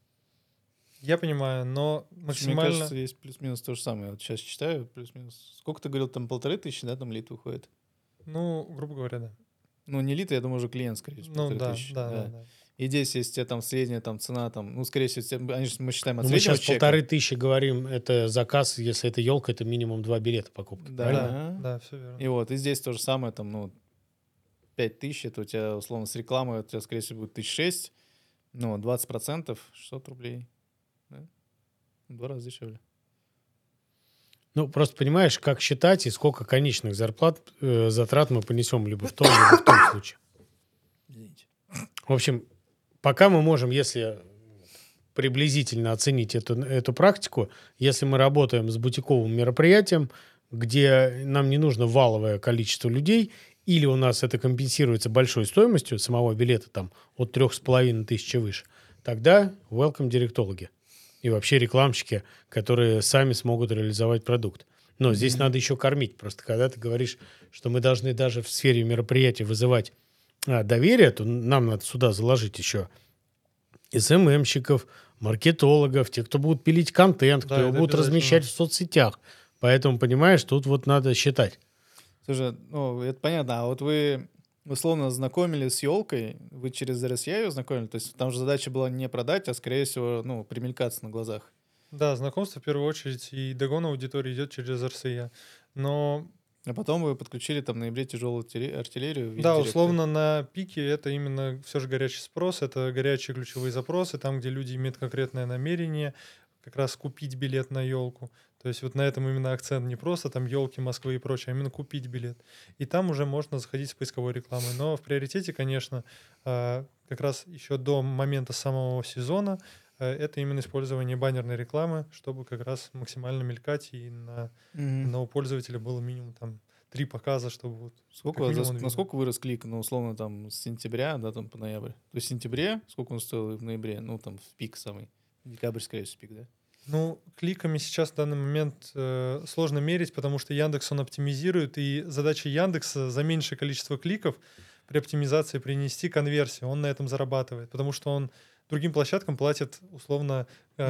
Я понимаю, но Слушай, Мне максимально... кажется, есть плюс-минус то же самое. Вот сейчас читаю, плюс-минус. Сколько ты говорил, там полторы тысячи, да, там лид выходит? Ну, грубо говоря, да. Ну, не лид, я думаю, уже клиент, скорее всего, Ну, полторы да, тысячи. да, да, Да. да. И здесь, если у тебя там средняя там, цена, там, ну, скорее всего, тебе- они же- мы считаем от Ну, мы среднего сейчас чека. полторы тысячи говорим, это заказ, если это елка, это минимум два билета покупки, Да. правильно? Да, да, все верно. И вот, и здесь то же самое, там, ну, пять тысяч, это у тебя, условно, с рекламой, у тебя, скорее всего, будет тысяч шесть, ну, двадцать процентов, шестьсот рублей. Да? В два раза дешевле. Ну, просто понимаешь, как считать и сколько конечных зарплат, э, затрат мы понесем либо в том, либо в том случае. Извините. В общем, пока мы можем, если приблизительно оценить эту, эту практику, если мы работаем с бутиковым мероприятием, где нам не нужно валовое количество людей, или у нас это компенсируется большой стоимостью самого билета там, от трех с половиной тысяч и выше, тогда welcome директологи. И вообще рекламщики, которые сами смогут реализовать продукт. Но здесь Мгм. надо еще кормить. Просто когда ты говоришь, что мы должны даже в сфере мероприятий вызывать а, доверие, то нам надо сюда заложить еще эс эм эм-щиков, маркетологов, тех, кто будут пилить контент, кто Да, его это будут размещать обязательно. в соцсетях. Поэтому, понимаешь, тут вот надо считать. Слушай, ну, это понятно, а вот вы условно знакомились с елкой, вы через эр эс я ее знакомили, то есть там же задача была не продать, а скорее всего, ну, примелькаться на глазах. Да, знакомство в первую очередь и догон аудитории идет через эр эс я. Но А потом вы подключили там в ноябре тяжелую артилле- артиллерию в виде да, директа. условно на пике это именно все же горячий спрос, это горячие ключевые запросы, там, где люди имеют конкретное намерение как раз купить билет на елку. То есть вот на этом именно акцент, не просто там елки Москвы и прочее, а именно купить билет. И там уже можно заходить с поисковой рекламой. Но в приоритете, конечно, а, как раз еще до момента самого сезона э, это именно использование баннерной рекламы, чтобы как раз максимально мелькать и на Мгм. но у пользователя было минимум там три показа, чтобы вот Сколько, как за минимум ск- он видел. насколько вырос клик, ну, условно, там, с сентября, да, там, по ноябрь? То есть в сентябре, сколько он стоил в ноябре? Ну, там, в пик самый. Декабрь, скорее всего, пик, да? Ну, кликами сейчас в данный момент э, сложно мерить, потому что Яндекс он оптимизирует, и задача Яндекса за меньшее количество кликов при оптимизации принести конверсию. Он на этом зарабатывает, потому что он другим площадкам платит условно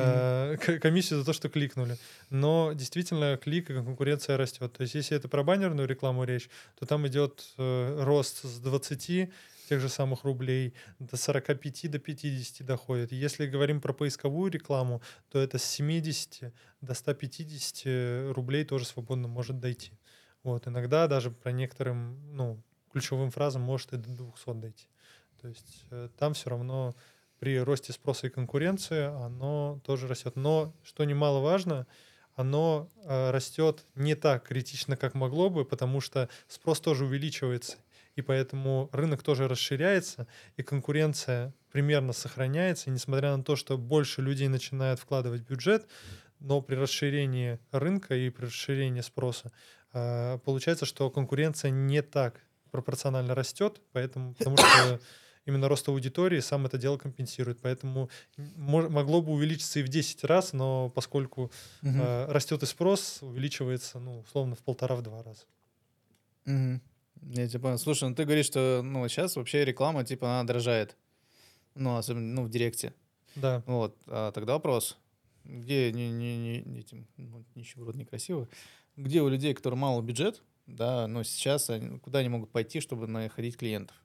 э, к- комиссию за то, что кликнули. Но действительно клик и конкуренция растет. То есть если это про баннерную рекламу речь, то там идет э, рост с двадцати тех же самых рублей до сорока пяти до пятидесяти доходит. Если говорим про поисковую рекламу, то это с семидесяти до ста пятидесяти рублей тоже свободно может дойти. Вот, иногда даже про некоторым, ну, ключевым фразам может и до двухсот дойти. То есть э, там все равно при росте спроса и конкуренции оно тоже растет. Но, что немаловажно, оно э, растет не так критично, как могло бы, потому что спрос тоже увеличивается. И поэтому рынок тоже расширяется, и конкуренция примерно сохраняется. И несмотря на то, что больше людей начинают вкладывать в бюджет, но при расширении рынка и при расширении спроса э, получается, что конкуренция не так пропорционально растет, поэтому, потому что именно рост аудитории сам это дело компенсирует. Поэтому мо- могло бы увеличиться и в десять раз, но поскольку Мгм. э, растет и спрос, увеличивается, ну, условно, в полтора-в два раза. Мгм. Я тебя понял. Слушай, ну ты говоришь, что ну, сейчас вообще реклама, типа, она дорожает. Ну, особенно ну, в Директе. Да. Вот. А тогда вопрос. Где не, не, не, не этим, ну, ничего вроде некрасиво. Где у людей, которые мало бюджет, да, но сейчас они, куда они могут пойти, чтобы находить клиентов?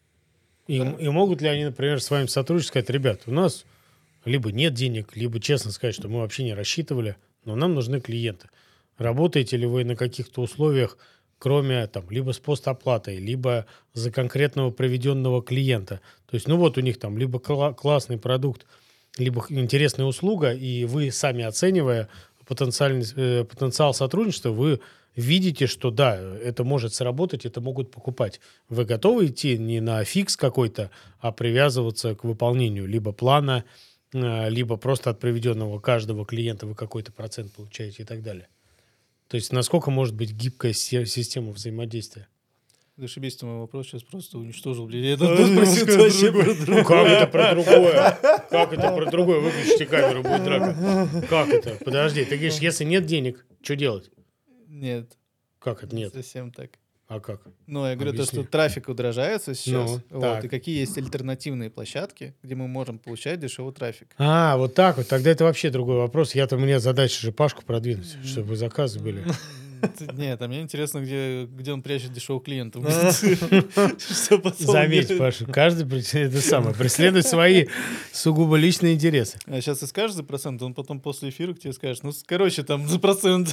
И, Да. и могут ли они, например, с вами сотрудничать, сказать, ребят, у нас либо нет денег, либо честно сказать, что мы вообще не рассчитывали, но нам нужны клиенты. Работаете ли вы на каких-то условиях, кроме там либо с постоплатой, либо за конкретного приведенного клиента? То есть, ну вот у них там либо кла- классный продукт, либо х- интересная услуга, и вы сами оценивая потенциальный, э, потенциал сотрудничества, вы видите, что да, это может сработать, это могут покупать. Вы готовы идти не на фикс какой-то, а привязываться к выполнению либо плана, э, либо просто от приведенного каждого клиента вы какой-то процент получаете и так далее. То есть насколько может быть гибкая се- система взаимодействия? Зашибись, ты мой вопрос сейчас просто уничтожил. Блин, я тут спросил вообще про другое. Как это про другое? Как это про другое? Выключите камеру, будет драка. Как это? Подожди, ты говоришь, если нет денег, что делать? Нет, Как это не нет? совсем так. А как? Ну, я говорю, то, Объясни. что трафик удорожается сейчас. Ну, Вот, так. и какие есть альтернативные площадки, где мы можем получать дешевый трафик. А, вот так вот. Тогда это вообще другой вопрос. Я-то, у меня задача же Пашку продвинуть, чтобы заказы были. Нет, а мне интересно, где, где он прячет дешевых клиентов. Что потом Заметь, делает. Паша, каждый при- это самое, преследует свои сугубо личные интересы. А сейчас ты скажешь за процент, он потом после эфира к тебе скажет, ну, с- короче, там за процент.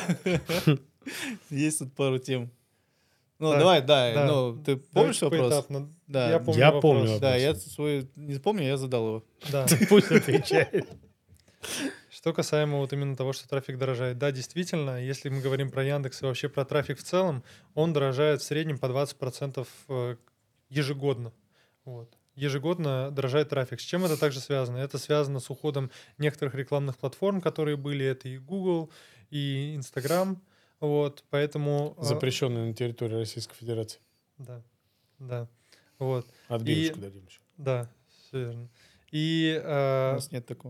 Есть тут пару тем. Ну, Так, давай, да, да. ну, ты помнишь Давайте вопрос? поэтапно. Да. Я помню Я вопрос. помню. Да, вопрос. я свой не помню, я задал его. Да. Пусть отвечает. Что касаемо вот именно того, что трафик дорожает. Да, действительно, если мы говорим про Яндекс и вообще про трафик в целом, он дорожает в среднем по двадцать процентов э, ежегодно. Вот. Ежегодно дорожает трафик. С чем это также связано? Это связано с уходом некоторых рекламных платформ, которые были. Это и Google, и Instagram. Вот, поэтому... э, Запрещенный на территории Российской Федерации. Да, да. Вот, Отбивочку дадим еще. да, все верно. И... э, У нас нет такого.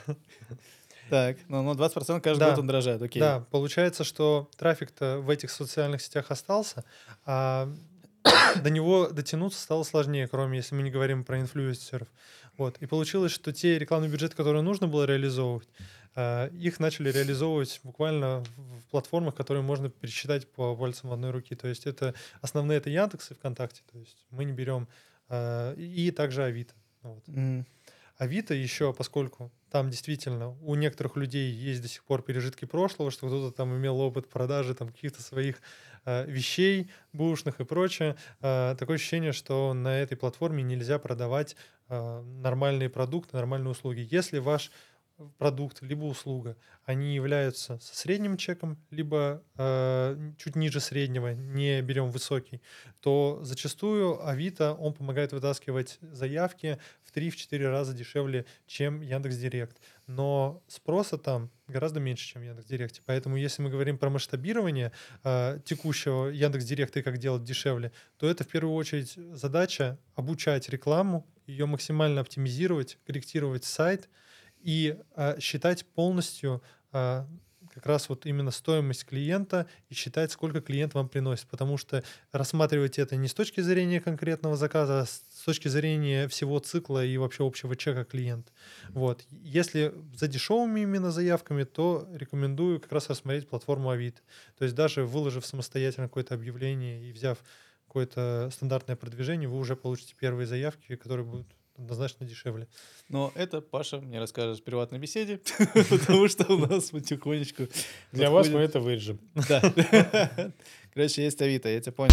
Так, ну, ну двадцать процентов каждый Да. год он дорожает, окей. Да, получается, что трафик-то в этих социальных сетях остался, а до него дотянуться стало сложнее, кроме если мы не говорим про инфлюенсеров. Вот. И получилось, что те рекламные бюджеты, которые нужно было реализовывать, а, их начали реализовывать буквально в в платформах, которые можно пересчитать по пальцам одной руки. То есть это основные это Яндекс и ВКонтакте. То есть мы не берем а, и также Авито. Вот. Мгм. Авито еще, поскольку там действительно у некоторых людей есть до сих пор пережитки прошлого, что кто-то там имел опыт продажи там каких-то своих э, вещей бушных и прочее, э, такое ощущение, что на этой платформе нельзя продавать э, нормальные продукты, нормальные услуги. Если ваш продукт либо услуга, они являются со средним чеком, либо э, чуть ниже среднего, не берем высокий, то зачастую Авито, он помогает вытаскивать заявки в три-четыре раза дешевле, чем Яндекс.Директ. Но спроса там гораздо меньше, чем в Яндекс.Директе. Поэтому если мы говорим про масштабирование э, текущего Яндекс.Директа и как делать дешевле, то это в первую очередь задача обучать рекламу, ее максимально оптимизировать, корректировать сайт и э, считать полностью э, как раз вот именно стоимость клиента и считать, сколько клиент вам приносит. Потому что рассматривать это не с точки зрения конкретного заказа, а с точки зрения всего цикла и вообще общего чека клиента. Вот. Если за дешевыми именно заявками, то рекомендую как раз рассмотреть платформу Авито. То есть даже выложив самостоятельно какое-то объявление и взяв какое-то стандартное продвижение, вы уже получите первые заявки, которые будут однозначно дешевле. Но это Паша мне расскажет в приватной беседе, потому что у нас потихонечку... Для вас мы подходит- это вырежем. Да. Короче, есть Авито, я тебя понял.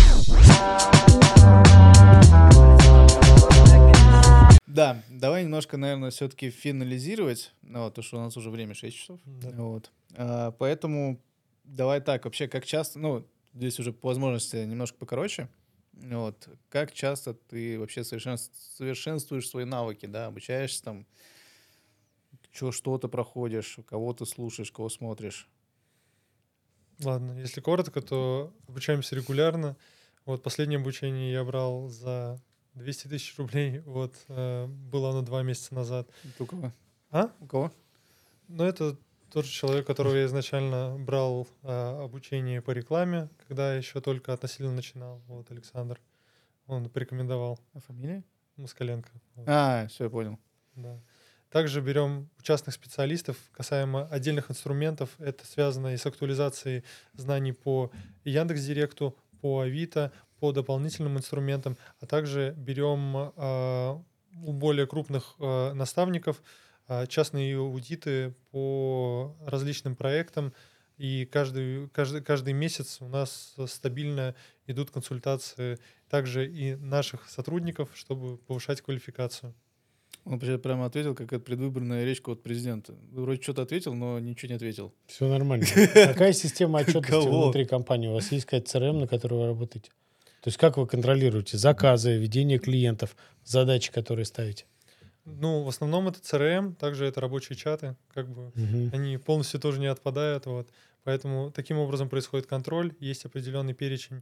Да, давай немножко, наверное, все-таки финализировать, ну, вот, потому что у нас уже время шесть часов. Да. Вот. А, поэтому давай так, вообще, как часто, ну, здесь уже по возможности немножко покороче, вот, как часто ты вообще совершенс- совершенствуешь свои навыки, да, обучаешься там, чё, что-то проходишь, кого ты слушаешь, кого смотришь. Ладно, если коротко, то обучаемся регулярно. Вот последнее обучение я брал за двести тысяч рублей. Вот э, было оно два месяца назад. Это у кого? А? У кого? Но это тот же человек, которого я изначально брал э, обучение по рекламе, когда еще только относительно начинал. Вот Александр. Он порекомендовал. А фамилия? Москаленко. Вот, А, все, я понял. да. Также берем частных специалистов касаемо отдельных инструментов. Это связано и с актуализацией знаний по Яндекс.Директу, по Авито, по дополнительным инструментам, а также берем э, у более крупных э, наставников э, частные аудиты по различным проектам. И каждый, каждый, каждый месяц у нас стабильно идут консультации также и наших сотрудников, чтобы повышать квалификацию. Он прям- прямо ответил, как это предвыборная речь от президента. Вроде что-то ответил, но ничего не ответил. Все нормально. Какая система отчетности Кого? внутри компании? У вас есть какая-то си эр эм, на которой вы работаете? То есть как вы контролируете заказы, ведение клиентов, задачи, которые ставите? Ну, в основном это си эр эм, также это рабочие чаты, как бы Мгм. они полностью тоже не отпадают, вот. Поэтому таким образом происходит контроль, есть определенный перечень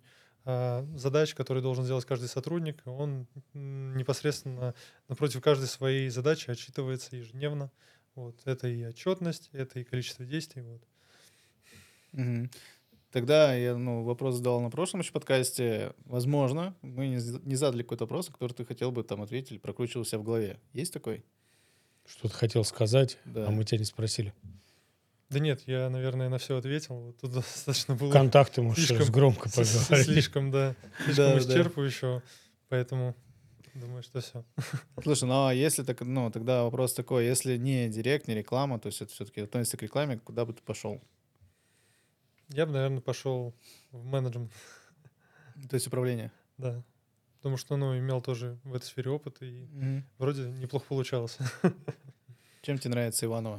а, задач, которые должен сделать каждый сотрудник. Он м, непосредственно напротив каждой своей задачи отчитывается ежедневно. Вот. Это и отчетность, это и количество действий. Вот. Мгм. Тогда я ну, вопрос задал на прошлом еще подкасте. Возможно, мы не, з- не задали какой-то вопрос, на который ты хотел бы там ответить или прокручивал себя в голове. Есть такой? Что-то хотел сказать, Да. а мы тебя не спросили. Да нет, я, наверное, на все ответил. Вот тут достаточно было Контакты можешь слишком- громко с- с- поговорить. слишком, да, слишком Да, да. исчерпывающего. Поэтому думаю, что все. Слушай, ну а если так, ну тогда вопрос такой, если не директ, не реклама, то есть это все-таки относится к рекламе, куда бы ты пошел? Я бы, наверное, пошел в менеджмент, То есть управление. да. Потому что, ну, имел тоже в этой сфере опыт, и Мгм. вроде неплохо получалось. Чем тебе нравится Иваново?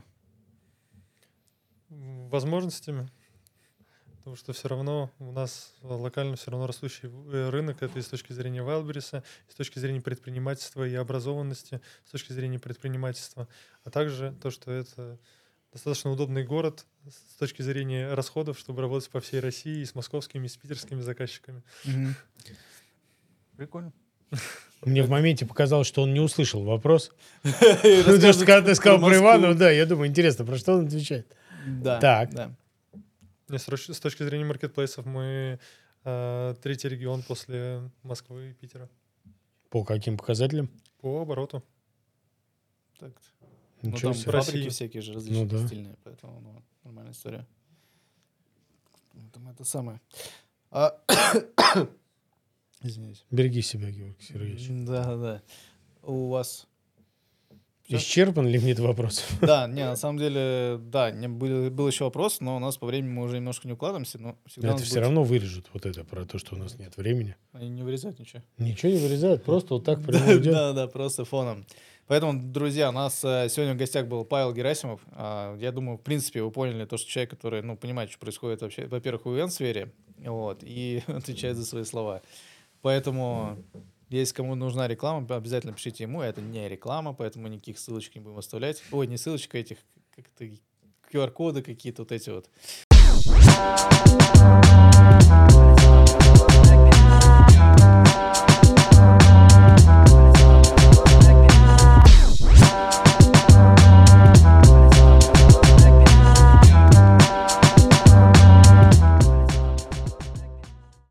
М, Возможностями. Потому что все равно у нас локально все равно растущий э, рынок. Это и с точки зрения Wildberries, и с точки зрения предпринимательства и образованности, с точки зрения предпринимательства. А также то, что это достаточно удобный город с точки зрения расходов, чтобы работать по всей России и с московскими, и с питерскими заказчиками. Мгм. Прикольно. Мне в моменте показалось, что он не услышал вопрос. Ну, Рассказывай ты же когда ты сказал про про Москву. Иванова, да, я думаю, интересно, про что он отвечает. Да. Так. Да. Не, С роч- с точки зрения маркетплейсов мы э, третий регион после Москвы и Питера По каким показателям? по обороту. Так. Ну Ничего там себе. в фабрики России. всякие же различные, Ну да. стильные, поэтому ну, нормальная история. Там это самое. А, Извиняюсь. Береги себя, Георгий Сергеевич. Да, да. У вас... Всё? Исчерпан ли мне этот вопрос? Да, не, на самом деле, да, не, был, был еще вопрос, но у нас по времени мы уже немножко не укладываемся, но всегда у Это нас все будет- равно вырежут вот это про то, что у нас нет времени. Они не вырезают ничего. Ничего не вырезают, просто вот так Да, прямо идет. да, да, просто фоном. Поэтому, друзья, у нас э, сегодня в гостях был Павел Герасимов. А, Я думаю, в принципе, вы поняли то, что человек, который, ну, понимает, что происходит вообще, во-первых, в ивент-сфере, вот, и отвечает за свои слова. Поэтому, если кому нужна реклама, обязательно пишите ему. Это не реклама, поэтому никаких ссылочек не будем оставлять. Ой, не ссылочек, а этих, как-то ку ар-коды какие-то вот эти вот.